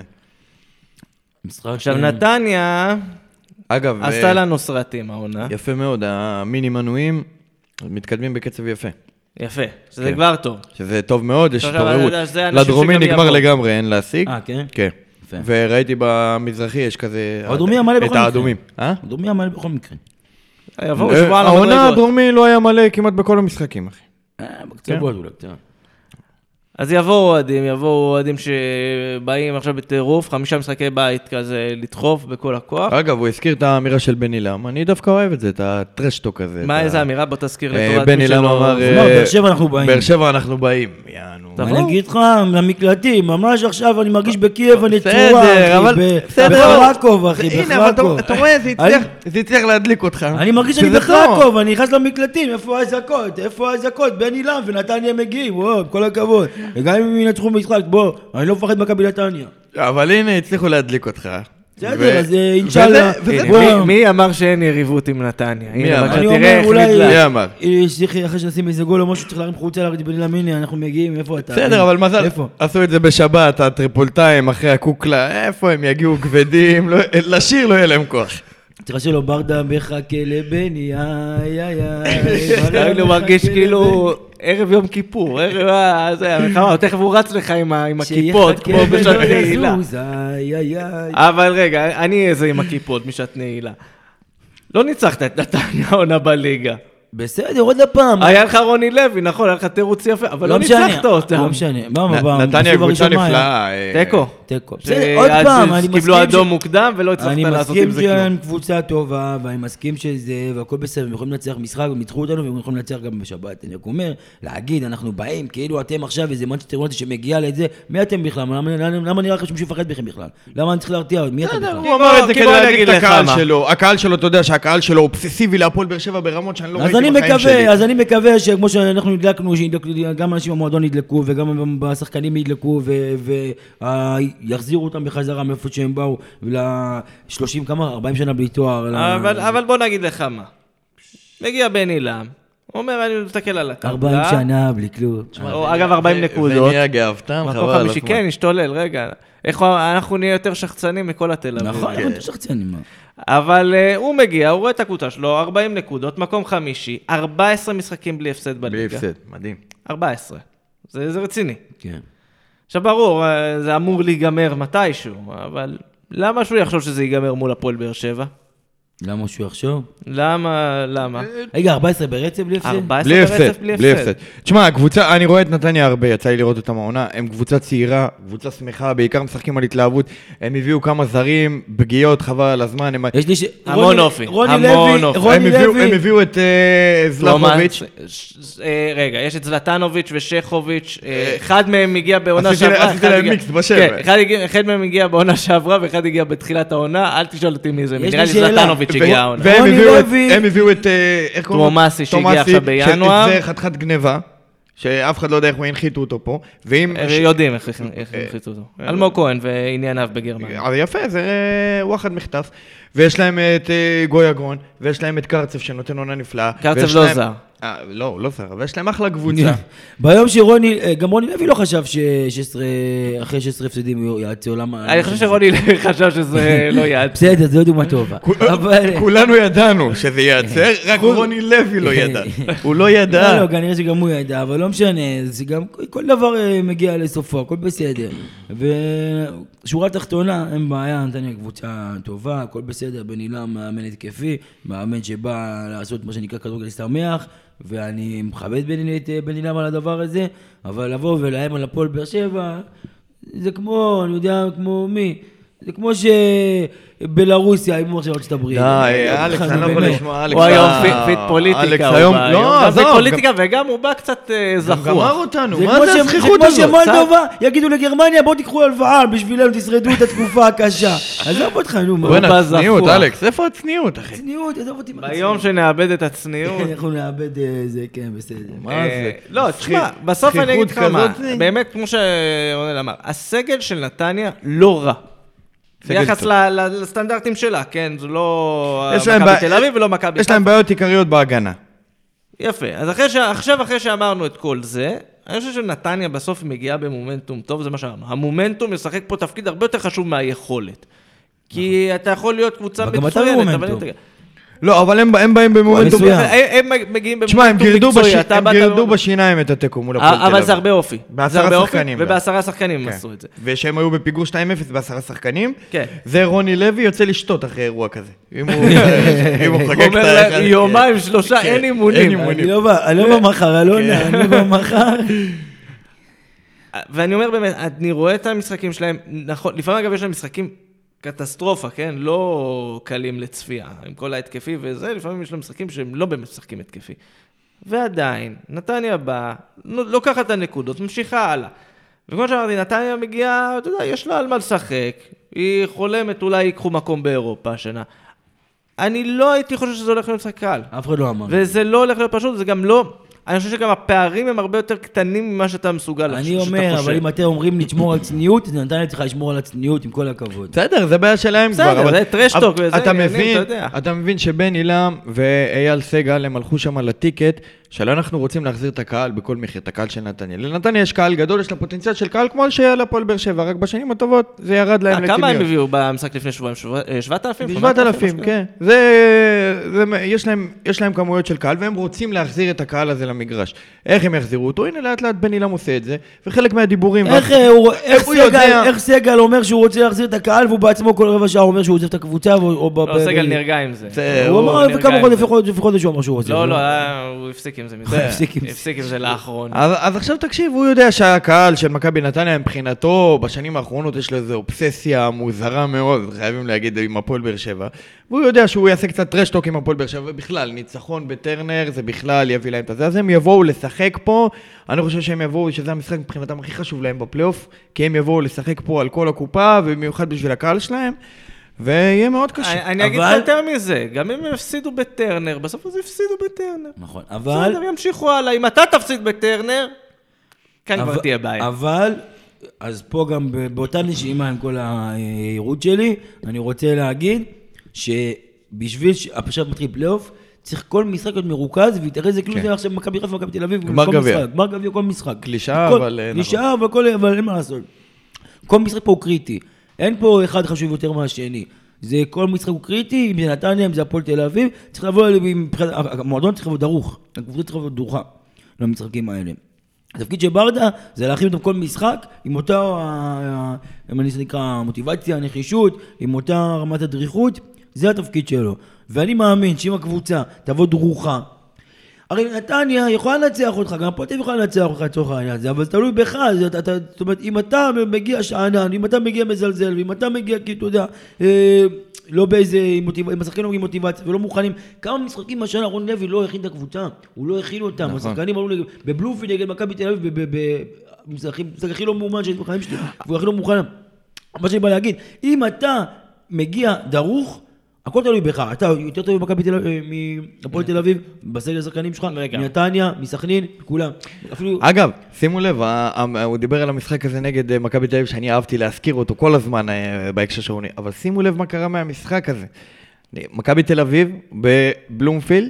עכשיו נתניה... אגב... עשתה לנו סרטים העונה. יפה מאוד, המיני מנויים מתקדמים בקצב יפה. יפה, שזה כבר טוב. שזה טוב מאוד, יש התעוררות. לדרומי נגמר לגמרי, אין להשיג. כן? כן. וראיתי במזרחי, יש כזה... הדרומי המלא בכל מקרה. את האדומים. הדרומי המלא בכל מקרה. העונה הדרומי לא היה מלא כמעט בכל המשחקים, אחי. בקצוות אולי, קצת. אז יבואו אוהדים שבאים עכשיו בטירוף, 5 משחקי בית כזה לדחוף בכל הכוח. אגב, הוא הזכיר את האמירה של בני לם, אני דווקא אוהב את זה, את הטרשטוק הזה. מה איזה אמירה? בוא תזכיר לטובת בני לם אמר... באר שבע אנחנו באים. באר שבע אנחנו באים, יענו. אני אגיד לך, למקלטים, ממש עכשיו אני מרגיש בקייב, אני צורה, אחי, בחרקוב, אחי, הנה, אבל אתה רואה, זה הצליח להדליק אותך. אני מרגיש שאני בחרקוב, אני נכנס למקלטים, איפה האזעקות, בני לם ונתניה מגיעים, וואו, כל הכבוד. וגם אם ינצחו משחק, בוא, אני לא מפחד מכבי נתניה. אבל הנה, הצליחו להדליק אותך. בסדר, אז אינשאללה. מי אמר שאין יריבות עם נתניה? מי אמר? אני אומר, אולי... מי אמר? אחרי שנשים איזה גול או משהו, צריך להרים חוצה להגיד בן אילם, הנה, אנחנו מגיעים, איפה אתה? בסדר, אבל מזל, עשו את זה בשבת, הטריפולטאים אחרי הקוקלה, איפה הם יגיעו כבדים, לשיר לא יהיה להם כוח. תראה שלו ברדה בחכה לבני, איי איי איי. הוא מרגיש כאילו ערב יום כיפור, ערב המלחמה, תכף הוא רץ לך עם הכיפות, כמו בשעת נעילה. אבל רגע, אני איזה עם הכיפות משעת נעילה. לא ניצחת את נתניה עונה בליגה. בסדר, עוד הפעם. היה לך רוני לוי, נכון, היה לך תירוץ יפה, אבל לא ניצחת אותם. לא משנה. נתניה קבוצה נפלאה. תיקו. בסדר, עוד פעם. קיבלו אדום מוקדם ולא הצלחת לעשות עם זה כלום. אני מסכים שהם קבוצה טובה, ואני מסכים שזה, והכל בסדר, הם יכולים לנצח משחק, הם ניצחו אותנו, והם יכולים לנצח גם בשבת. אני אומר, להגיד, אנחנו באים, כאילו אתם עכשיו איזה מנצ'סטר יונייטד שמגיע לזה, מי אתם בכלל? למה נראה לך שמישהו יפחד בכם בכלל? למה אני צריך להרתיע? מי אתם בכלל? הוא אמר את זה כדי להגיד את הקהל שלו. הקהל שלו, אתה יודע שהקהל שלו אובססיבי להפועל באר שבע ברמות שאני לא ראיתי בחיים שלי. אז אני מקווה שכמו שאנחנו נדלקנו, גם אנשים במועדון ידלקו וגם בשחקנים ידלקו ויחזירו אותם בחזרה מאיפה שהם באו ל-30 כמה? 40 שנה בלי תואר. אבל בוא נגיד לך מה. מגיע בן אילם, הוא אומר אני מסתכל על הטבלה. 40 שנה בלי כלום. אגב 40 נקודות. ונהיה גאוותן, חבל. כן, נשתולל, רגע. אנחנו נהיה יותר שחצנים מכל התל אביב. נכון, אנחנו יותר שחצנים. אבל הוא מגיע, הוא רואה את הקבוצה שלו, 40 נקודות, מקום חמישי, 14 משחקים בלי הפסד בליגה. בלי הפסד, מדהים. 14. זה רציני. כן. עכשיו ברור, זה אמור להיגמר מתישהו, אבל למה שהוא יחשוב שזה ייגמר מול הפועל באר שבע? למה שהוא יחשוב? למה? רגע, 14 ברצף בלי הפסד? 14 ברצף בלי הפסד. תשמע, הקבוצה, אני רואה את נתניה הרבה, יצא לי לראות אותה העונה, הם קבוצה צעירה, קבוצה שמחה, בעיקר משחקים על התלהבות, הם הביאו כמה זרים, פגיעות, חבל על הזמן, המון אופי, הם הביאו את זלטנוביץ'. רגע, יש את זלטנוביץ' ושכוביץ', אחד מהם הגיע בעונה שעברה, עשיתי להם מיקס בשם. אחד מהם הגיע בעונה שעברה, ואחד הגיע בתחילת העונה, אל תשאל אותי מי זה, נראה לי זלטנוביץ' הגיע העונה. והם הביאו את טומאסי שהגיע עכשיו בינואר. שזה חתיכת גניבה, שאף אחד לא יודע איך הוא הנחיתו אותו פה. יודעים איך הנחיתו אותו. אלמוג כהן וענייניו בגרמניה. אז יפה, זה וואחד מחטף. ויש להם את גוי אגרון, ויש להם את קרצב שנותן עונה נפלאה. קרצב לא זר. לא, הוא לא זר, אבל יש להם אחלה קבוצה. ביום שרוני, גם רוני לוי לא חשב שאחרי 16 הפסדים הוא יעצה עולם... אני חושב שרוני לוי חשב שזה לא יעצה. בסדר, זה לא דוגמה טובה. כולנו ידענו שזה יעצה, רק רוני לוי לא ידע. הוא לא ידע. לא, כנראה שגם הוא ידע, אבל לא משנה, כל דבר מגיע לסופו, הכל בסדר. ושורה תחתונה, אין בעיה, נתניה קבוצה טובה, הכל בסדר, בן אילם מאמן התקפי, מאמן שבא לעשות מה שנקרא כדורגל שמח, ואני מכבד בן אילם על הדבר הזה, אבל לבוא ולהם על הפועל באר שבע, זה כמו, אני יודע, כמו מי? זה כמו שבלרוסיה, אם הוא עכשיו ארצות הברית. די, אלכס, אני לא יכול לשמוע, אלכס. הוא היום פיט פוליטיקה, הוא בא היום פיט פוליטיקה, וגם הוא בא קצת זכוח. גם גמר אותנו, מה זה הזכיחות הזאת? זה כמו שמולדובה יגידו לגרמניה, בואו תיקחו הלוואה, בשבילנו תשרדו את התקופה הקשה. עזוב אותך, נו. בוא'נה, הצניעות, אלכס, איפה הצניעות, אחי? צניעות, עזוב אותי. ביום שנאבד את הצניעות. אנחנו נאבד זה, כן, בסדר. מה זה? לא, תשמע, בסוף אני אגיד לך מה, באמת, כמו שרונל אמר, הסגל של נתניה לא רע. ביחס לסטנדרטים שלה, כן? זה לא מכבי תל אביב ולא מכבי... יש להם בעיות עיקריות בהגנה. יפה. אז עכשיו אחרי שאמרנו את כל זה, אני חושב שנתניה בסוף מגיעה במומנטום טוב, זה מה שאמרנו. המומנטום משחק פה תפקיד הרבה יותר חשוב מהיכולת. כי אתה יכול להיות קבוצה מצוינת, אבל אין... לא, אבל הם באים במומנטום. הם מגיעים במומנטום מקצועי. הם גירדו בשיניים את התיקו מול הפועל תל אביב. אבל זה הרבה אופי. ב10 שחקנים. וב10 שחקנים הם עשו את זה. ושהם היו בפיגור 2-0 ב10 שחקנים. זה רוני לוי יוצא לשתות אחרי אירוע כזה. אם הוא חגג את אומר יומיים, 3, אין אימונים. אני לא במחר, אלונה, אני במחר. ואני אומר באמת, אני רואה את המשחקים שלהם, נכון, לפעמים אגב יש להם משחקים קטסטרופה, כן? לא קלים לצפייה, עם כל ההתקפי וזה, לפעמים יש להם משחקים שהם לא באמת משחקים התקפי. ועדיין, נתניה באה, לוקחת את הנקודות, ממשיכה הלאה. וכמו שאמרתי, נתניה מגיעה, אתה יודע, יש לה על מה לשחק, היא חולמת, אולי ייקחו מקום באירופה השנה. אני לא הייתי חושב שזה הולך להיות משחק קל. אף אחד לא אמר. וזה לא הולך להיות פשוט, זה גם לא... אני חושב שגם הפערים הם הרבה יותר קטנים ממה שאתה מסוגל. אני אומר, אבל אם אתם אומרים לשמור על צניעות, אז נתניה צריכה לשמור על הצניעות עם כל הכבוד. בסדר, זה בעיה שלהם כבר. בסדר, זה טרשטוק וזה, אתה מבין שבן אילם ואייל סגל הם הלכו שם לטיקט, שלא אנחנו רוצים להחזיר את הקהל בכל מחיר, את הקהל של נתניה. לנתניה יש קהל גדול, יש לה פוטנציאל של קהל כמו שהיה לפועל באר שבע, רק בשנים הטובות זה ירד להם לטמיון. כמה הם הביאו במשחק לפני שבועיים? 7,000? 7,000, כן. יש להם כמויות של קהל, והם רוצים להחזיר את הקהל הזה למגרש. איך הם יחזירו אותו? הנה, לאט לאט בן אילם עושה את זה, וחלק מהדיבורים... איך סגל אומר שהוא רוצה להחזיר את הקהל, והוא בעצמו כל רבע שעה אומר שהוא עוזב את הקבוצה, לא, סגל נרגע עם זה. הוא אמר כמה חודש הוא אמר שהוא רוצה. לא, הוא הפסיק עם זה. הפסיק עם זה לאחרון. אז עכשיו תקשיב, הוא יודע שהקהל של מכבי נתניה מבחינתו, בשנים האחרונות יש לו איזו אובססיה מוזרה מאוד, חייבים להגיד, עם הפועל באר שבע, והוא יודע שהוא יעשה קצת טרשטוק עם הפועל באר שבע, ובכלל, ניצחון בטרנר, זה בכלל יביא להם את זה. אז הם יבואו לשחק פה, אני חושב שהם יבואו, שזה המשחק מבחינתם הכי חשוב להם בפלייאוף, כי הם יבואו לשחק פה על כל הקופה, ובמיוחד בשביל הקהל שלהם, ויהיה מאוד קשה. אני אגיד יותר מזה, גם אם הם הפסידו בטרנר, בסוף אז הפסידו בטרנר. נכון, אבל... בסדר, ימשיכו הלאה. אם אתה תפסיד בטרנר, כאן כבר תהיה בעיה. אבל, אז פה גם באותה נשימה עם כל העירות שלי, אני רוצה להגיד שבשביל הפשט מתחיל פלייאוף, צריך כל משחק להיות מרוכז, ויתראה זה כאילו זה עכשיו מכבי חיפה ומכבי תל אביב. גמר גביע. גמר גביע כל משחק. קלישאה, אבל... קלישאה, אבל אין מה לעשות. כל משחק פה הוא קריטי. אין פה אחד חשוב יותר מהשני. זה כל משחק הוא קריטי, אם זה נתניה, אם זה הפועל תל אביב, צריך לבוא, המועדון צריך לבוא דרוך, הקבוצה צריך לבוא דרוכה למשחקים האלה. התפקיד של ברדה זה להכין אותם כל משחק, עם אותה, אם אני נקרא, מוטיבציה, נחישות, עם אותה רמת הדריכות, זה התפקיד שלו. ואני מאמין שאם הקבוצה תבוא דרוכה, הרי נתניה יכולה לנצח אותך, גם הפועל תל אביב יכולה לנצח אותך לצורך העניין הזה, אבל זה תלוי בך, זאת אומרת, אם אתה מגיע שענן, אם אתה מגיע מזלזל, ואם אתה מגיע, כי אתה יודע, לא באיזה מוטיבציה, עם השחקנים לא מגיעים מוטיבציה, ולא מוכנים, כמה משחקים השנה, רון לוי לא הכין את הקבוצה, הוא לא הכין אותם, השחקנים עלו בבלומפילד נגד מכבי תל אביב, במשחק הכי לא מאומן שיש בחיים שלי, והוא הכי לא מוכן. מה שאני בא להגיד, אם אתה מגיע דרוך, הכל תלוי בך, אתה יותר טוב מהפועל תל אביב, בסגל השחקנים שלך, מנתניה, מסכנין, כולם. אגב, שימו לב, הוא דיבר על המשחק הזה נגד מכבי תל אביב, שאני אהבתי להזכיר אותו כל הזמן בהקשר שעוני, אבל שימו לב מה קרה מהמשחק הזה. מכבי תל אביב, בבלומפילד,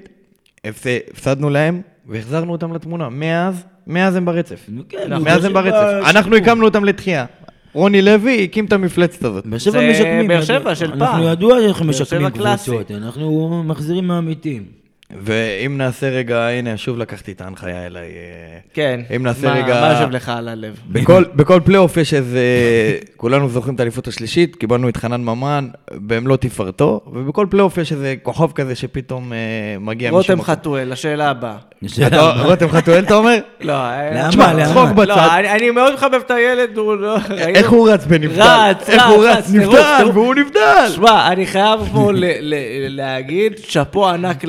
הפסדנו להם, והחזרנו אותם לתמונה. מאז הם ברצף. מאז הם ברצף. אנחנו הקמנו אותם לתחייה. רוני לוי הקים את המפלצת הזאת. באר שבע של פעם. אנחנו ידוע שאנחנו משקמים קבוצות, אנחנו מחזירים מהאמיתים. ואם נעשה רגע, הנה, שוב לקחתי את ההנחיה אליי. כן, אם נעשה רגע... מה יושב לך על הלב? בכל פלייאוף יש איזה... כולנו זוכרים את האליפות השלישית, קיבלנו את חנן ממן, במלוא תפארתו, ובכל פלייאוף יש איזה כוכב כזה שפתאום מגיע משום... רותם חתואל, השאלה הבאה. רותם חתואל, אתה אומר? לא, תשמע, צחוק בצד. אני מאוד מחבב את הילד, הוא לא... איך הוא רץ בנבדל? איך הוא רץ? נבדל, והוא נבדל. תשמע, אני חייב פה להגיד, שפו ענק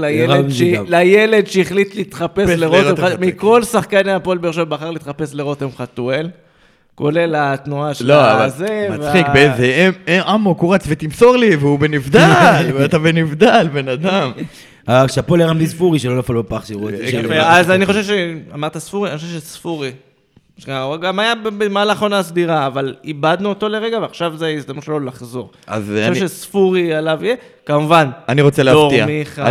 לילד שהחליט להתחפש לרותם חתואל, מכל שחקני הפועל באר שבע בחר להתחפש לרותם חתואל, כולל התנועה של הזה. מצחיק באיזה, עמוק, הוא רץ ותמסור לי, והוא בנבדל, ואתה בנבדל, בן אדם. שפו לרמלי ספורי שלא נפל בפח שירות. אז אני חושב שאמרת ספורי, אני חושב שספורי. גם היה במהלך עונה סדירה, אבל איבדנו אותו לרגע, ועכשיו זה הזדמנות שלו לחזור. אני חושב שספורי עליו יהיה, כמובן, אני רוצה להפתיע.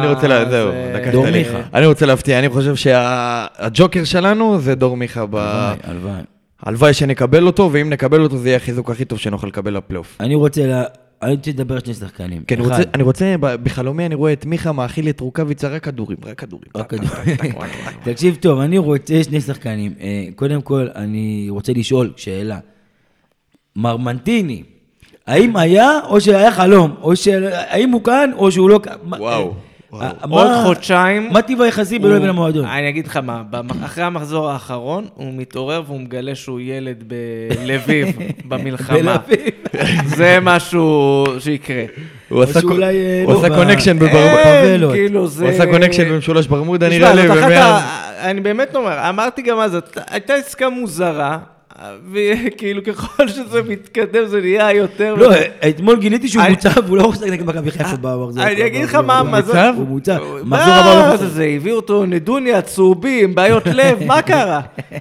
דור מיכה. אני רוצה להפתיע, אני חושב שהג'וקר שלנו זה דור מיכה. הלוואי שנקבל אותו, ואם נקבל אותו זה יהיה החיזוק הכי טוב שנוכל לקבל לפלייאוף. אני רוצה לדבר על שני שחקנים. כן, אני רוצה, בחלומי אני רואה את מיכה מאכיל את רוקאביצה, רק כדורים. תקשיב טוב, אני רוצה שני שחקנים. קודם כל, אני רוצה לשאול שאלה. מר מנטיני, האם היה או שהיה חלום? האם הוא כאן או שהוא לא כאן? וואו. עוד חודשיים. מה טיב היחסי בינו לבין המועדון? אני אגיד לך מה, אחרי המחזור האחרון, הוא מתעורר והוא מגלה שהוא ילד בלביב, במלחמה. זה משהו שיקרה. הוא עשה קונקשן בברמודה. הוא עשה קונקשן במשולש ברמודה, נראה לי. אני באמת אומר, אמרתי גם אז, הייתה עסקה מוזרה, וכאילו ככל שזה מתקדם זה נהיה יותר... לא, אתמול גיליתי שהוא מוצב, והוא לא יכול לשחק נגד מכבי חיפה במחזור. אני אגיד לך מה המזל... הוא מוצב. מה זה, הביאו אותו נדוניה, צהובים, בעיות לב, מה קרה?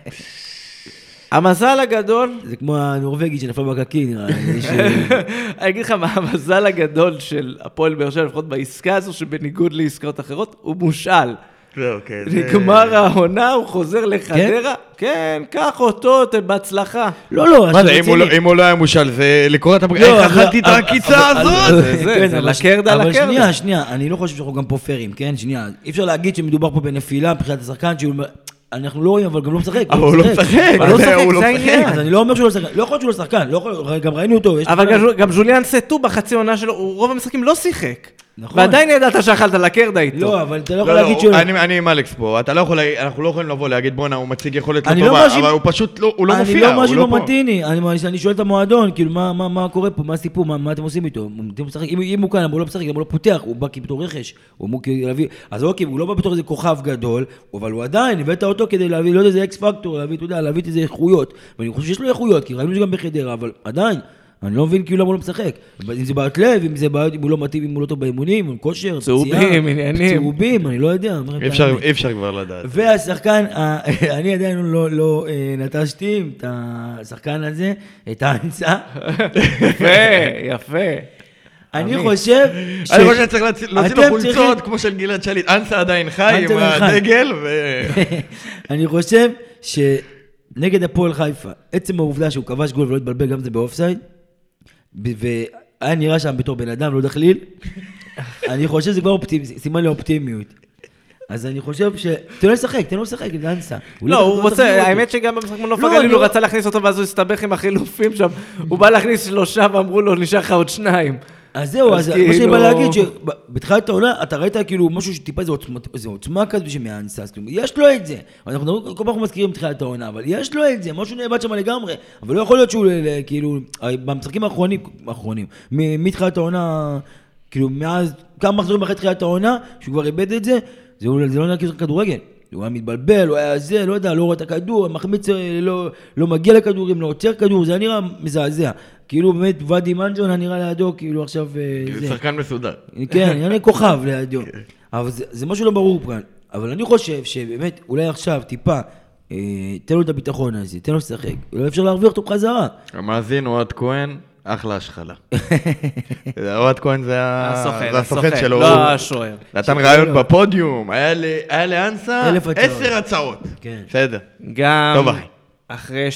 המזל הגדול... זה כמו הנורווגי שנפל בקקי, נראה. אני אגיד לך מה המזל הגדול של הפועל באר שבע, לפחות בעסקה הזו, שבניגוד לעסקאות אחרות, הוא מושאל. נגמר העונה, הוא חוזר לחדרה. כן, קח אותו, אתם בהצלחה. לא, מה זה, אם הוא לא היה מושאל, זה לקראת איך אכלתי את העקיצה הזאת? זה לקרדה. אבל שנייה, אני לא חושב שאנחנו גם פה פיירים, כן? שנייה, אי אפשר להגיד שמדובר פה בנפילה, מבחינת השחקן, אנחנו לא רואים, אבל גם לא משחק. אבל הוא לא משחק. זה העניין. אז אני לא אומר שהוא לא שחקן. לא יכול להיות שהוא לא שחקן. גם ראינו אותו. אבל גם ז'וליאן סטו בחצי עונה שלו, רוב המשחקים לא שיחק. נכון. ועדיין ידעת שאכלת לקרדה איתו. לא, אבל אתה לא יכול להגיד שהוא... אני עם אלכס פה. אנחנו לא יכולים לבוא להגיד, בוא'נה, הוא מציג יכולת לא טובה, אבל הוא פשוט לא מופיע. אני לא מאשים במנטיני. אני שואל את המועדון, כאילו, מה קורה פה, מה הסיפור, מה אתם עושים איתו? אם הוא כאן, הוא לא משחק, הוא לא פותח, הוא בא בתור רכש. אז אוקיי, הוא לא בא בתור איזה כוכב גדול, אבל הוא עדיין הבאת אותו כדי להביא, לא יודע, איזה אקס פקטור, להביא איזה איכויות. ואני חושב שיש לו איכויות, כי ראינו שגם בחדרה, אבל עדיין, אני לא מבין כאילו למה הוא לא משחק. אם זה בעיות לב, אם זה בעיות, אם הוא לא מתאים, אם הוא לא טוב באימונים, עם כושר, צהובים, עניינים. צהובים, אני לא יודע. אי אפשר כבר לדעת. והשחקן, אני עדיין לא נטשתי את השחקן הזה, את האנסה. יפה. אני חושב שצריך להוציא לו חולצות כמו של גלעד שליט. אנסה עדיין חי עם הדגל. אני חושב שנגד הפועל חיפה, עצם העובדה שהוא כבש גול ולא התבלבל, גם זה באופסייד, והיה נראה שם בתור בן אדם, לא דחליל, אני חושב שזה כבר סימן לאופטימיות. אז אני חושב תן לו לשחק, זה אנסה. לא, הוא רוצה, האמת שגם במשחק מנוף הגליל הוא רצה להכניס אותו, ואז הוא הסתבך עם החילופים שם, הוא בא להכניס 3 ואמרו לו, נשאר לך עוד 2. אז זהו, אז מה שאני בא להגיד, שבתחילת העונה, אתה ראית כאילו משהו שטיפה איזו עוצמה כזו שמאנסה, יש לו את זה. אנחנו כל פעם מזכירים בתחילת העונה, אבל יש לו את זה, משהו נאבד שם לגמרי, אבל לא יכול להיות שהוא כאילו, במשחקים האחרונים, מתחילת העונה, כאילו מאז כמה מחזורים אחרי תחילת העונה, שהוא כבר איבד את זה, זה לא נראה כדורגל. הוא היה מתבלבל, הוא היה זה, לא יודע, לא רואה את הכדור, מחמיץ, לא מגיע לכדורים, לא עוצר כדור, זה נראה מזעזע. כאילו באמת ואדי מנג'ון נראה לידו, כאילו עכשיו... זה שחקן מסודר. כן, נראה כוכב לידו. אבל זה משהו לא ברור כאן. אבל אני חושב שבאמת, אולי עכשיו טיפה, תן לו את הביטחון הזה, תן לו לשחק. אולי אפשר להרוויח אותו בחזרה. המאזין אוהד כהן, אחלה השחלה. אוהד כהן זה הסוכן שלו. לא השוער. נתן רעיון בפודיום, היה לאנסה 10 הצעות. בסדר. גם אחרי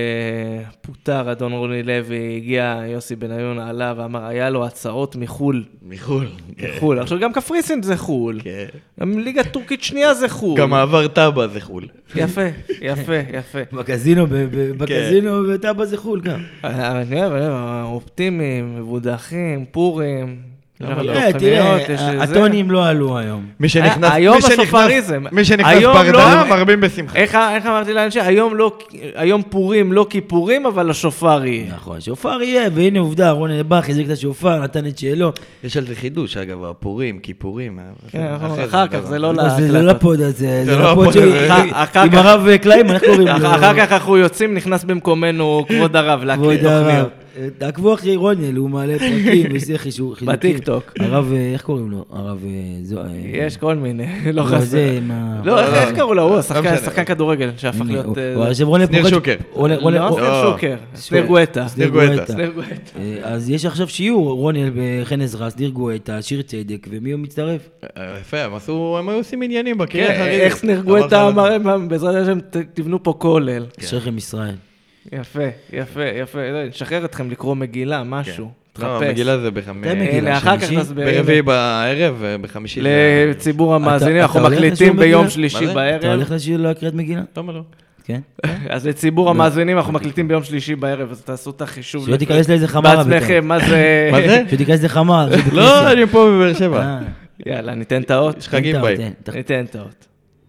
שפוטר אדון רוני לוי, הגיע יוסי בניון עלה ואמר, היה לו הצעות מחול. מחול. עכשיו גם קפריסין זה חול. גם ליגה טורקית שנייה זה חול. גם מעבר טאבה זה חול. יפה. בקזינו וטאבה זה חול גם. אופטימיים, מבודחים, פורים. תראה, הטונים לא עלו היום. היום הסופריזם. מי שנכנס ברדה, מרבים בשמחה. איך אמרתי לאנשי? היום פורים לא כיפורים, אבל השופר יהיה. נכון, שופר יהיה, והנה עובדה, רון אלבח חיזק את השופר, נתן את שאלו. יש על זה חידוש, אגב, הפורים, כיפורים. אחר כך, זה לא זה לא לפוד הזה, זה לפוד עם הרב קליימן, איך קוראים לו? אחר כך אנחנו יוצאים, נכנס במקומנו כבוד הרב להקליט תוכניות. תעקבו אחרי רוניאל, הוא מעלה פרקים, וזה חיזוקים. בטיקטוק. הרב, איך קוראים לו? הרב, יש כל מיני, לא חסר. לא, איך קראו לו? הוא שחקן כדורגל, שהפך להיות... סניר שוקר. לא, סניר שוקר. סניר גואטה. אז יש עכשיו שיעור, רוניאל בחן עזרא, סניר גואטה, שיר צדק, ומי הוא מצטרף? יפה, הם היו עושים עניינים בקרח. איך סניר גואטה אמר, בעזרת השם תבנו פה כולל. שכם ישראל. יפה. נשחרר אתכם לקרוא מגילה, משהו. לא, מגילה זה ברביעי בערב ובחמישי. לציבור המאזינים, אנחנו מקליטים ביום שלישי בערב. אתה הולך להקריא את מגילה? למה לא? כן? אז לציבור המאזינים, אנחנו מקליטים ביום שלישי בערב, אז תעשו את החישוב. שלא תיכנס לאיזה חמרה. בעצמכם, מה זה? שתיכנס לאיזה חמרה. לא, אני פה בבאר שבע. יאללה, ניתן את האות. יש חגים בהם. ניתן את האות.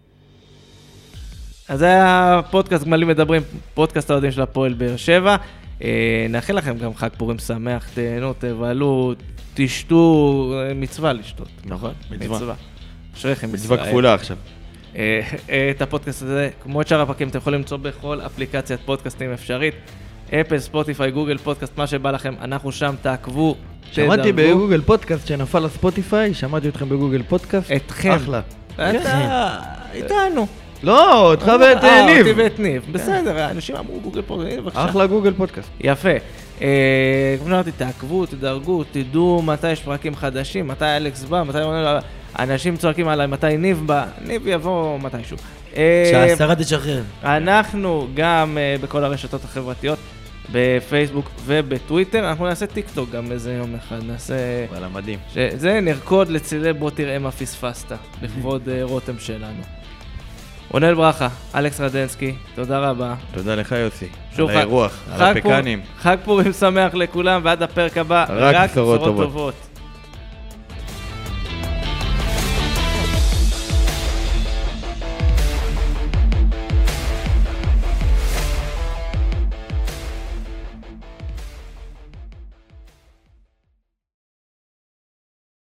אז זה היה פודקאסט גמלים מדברים, פודקאסט האוהדים של הפועל באר שבע. נאחל לכם גם חג פורים שמח, תהנו, תבלו, תשתו, מצווה לשתות. נכון, מצווה. אשריכם מצווה כפולה עכשיו. את הפודקאסט הזה, כמו את שאר הפרקים, אתם יכולים למצוא בכל אפליקציית פודקאסטים אפשרית. אפל, ספוטיפיי, גוגל פודקאסט, מה שבא לכם, אנחנו שם, תעקבו, שמעתי בגוגל פודקאסט שנפל לספוטיפיי, שמעתי אתכם בגוגל פודקאסט. אתכם. אחלה. אתה איתנו. לא, אותך ואת ניב. אותי ואת ניב. בסדר, אנשים אמרו גוגל פודקאסט, בבקשה. אחלה גוגל פודקאסט. יפה. כמו שאמרתי, תעקבו, תדרגו, תדעו מתי יש פרקים חדשים, מתי אלכס בא, מתי אנשים צועקים עליי, מתי ניב בא, ניב יבוא מתישהו. שהשרה תשחרר. אנחנו גם בכל הרשתות החברתיות, בפייסבוק ובטוויטר, אנחנו נעשה טיקטוק גם איזה יום אחד, נעשה... וואלה, מדהים. זה נרקוד לצילי בוא תראה מה פספסת, לכבוד רותם שלנו. רונל ברכה, אלכס רדנסקי, תודה רבה. תודה לך יוסי, שוב, על האירוח, על הפקנים. חג פורים שמח לכולם, ועד הפרק הבא, רק בשורות טובות.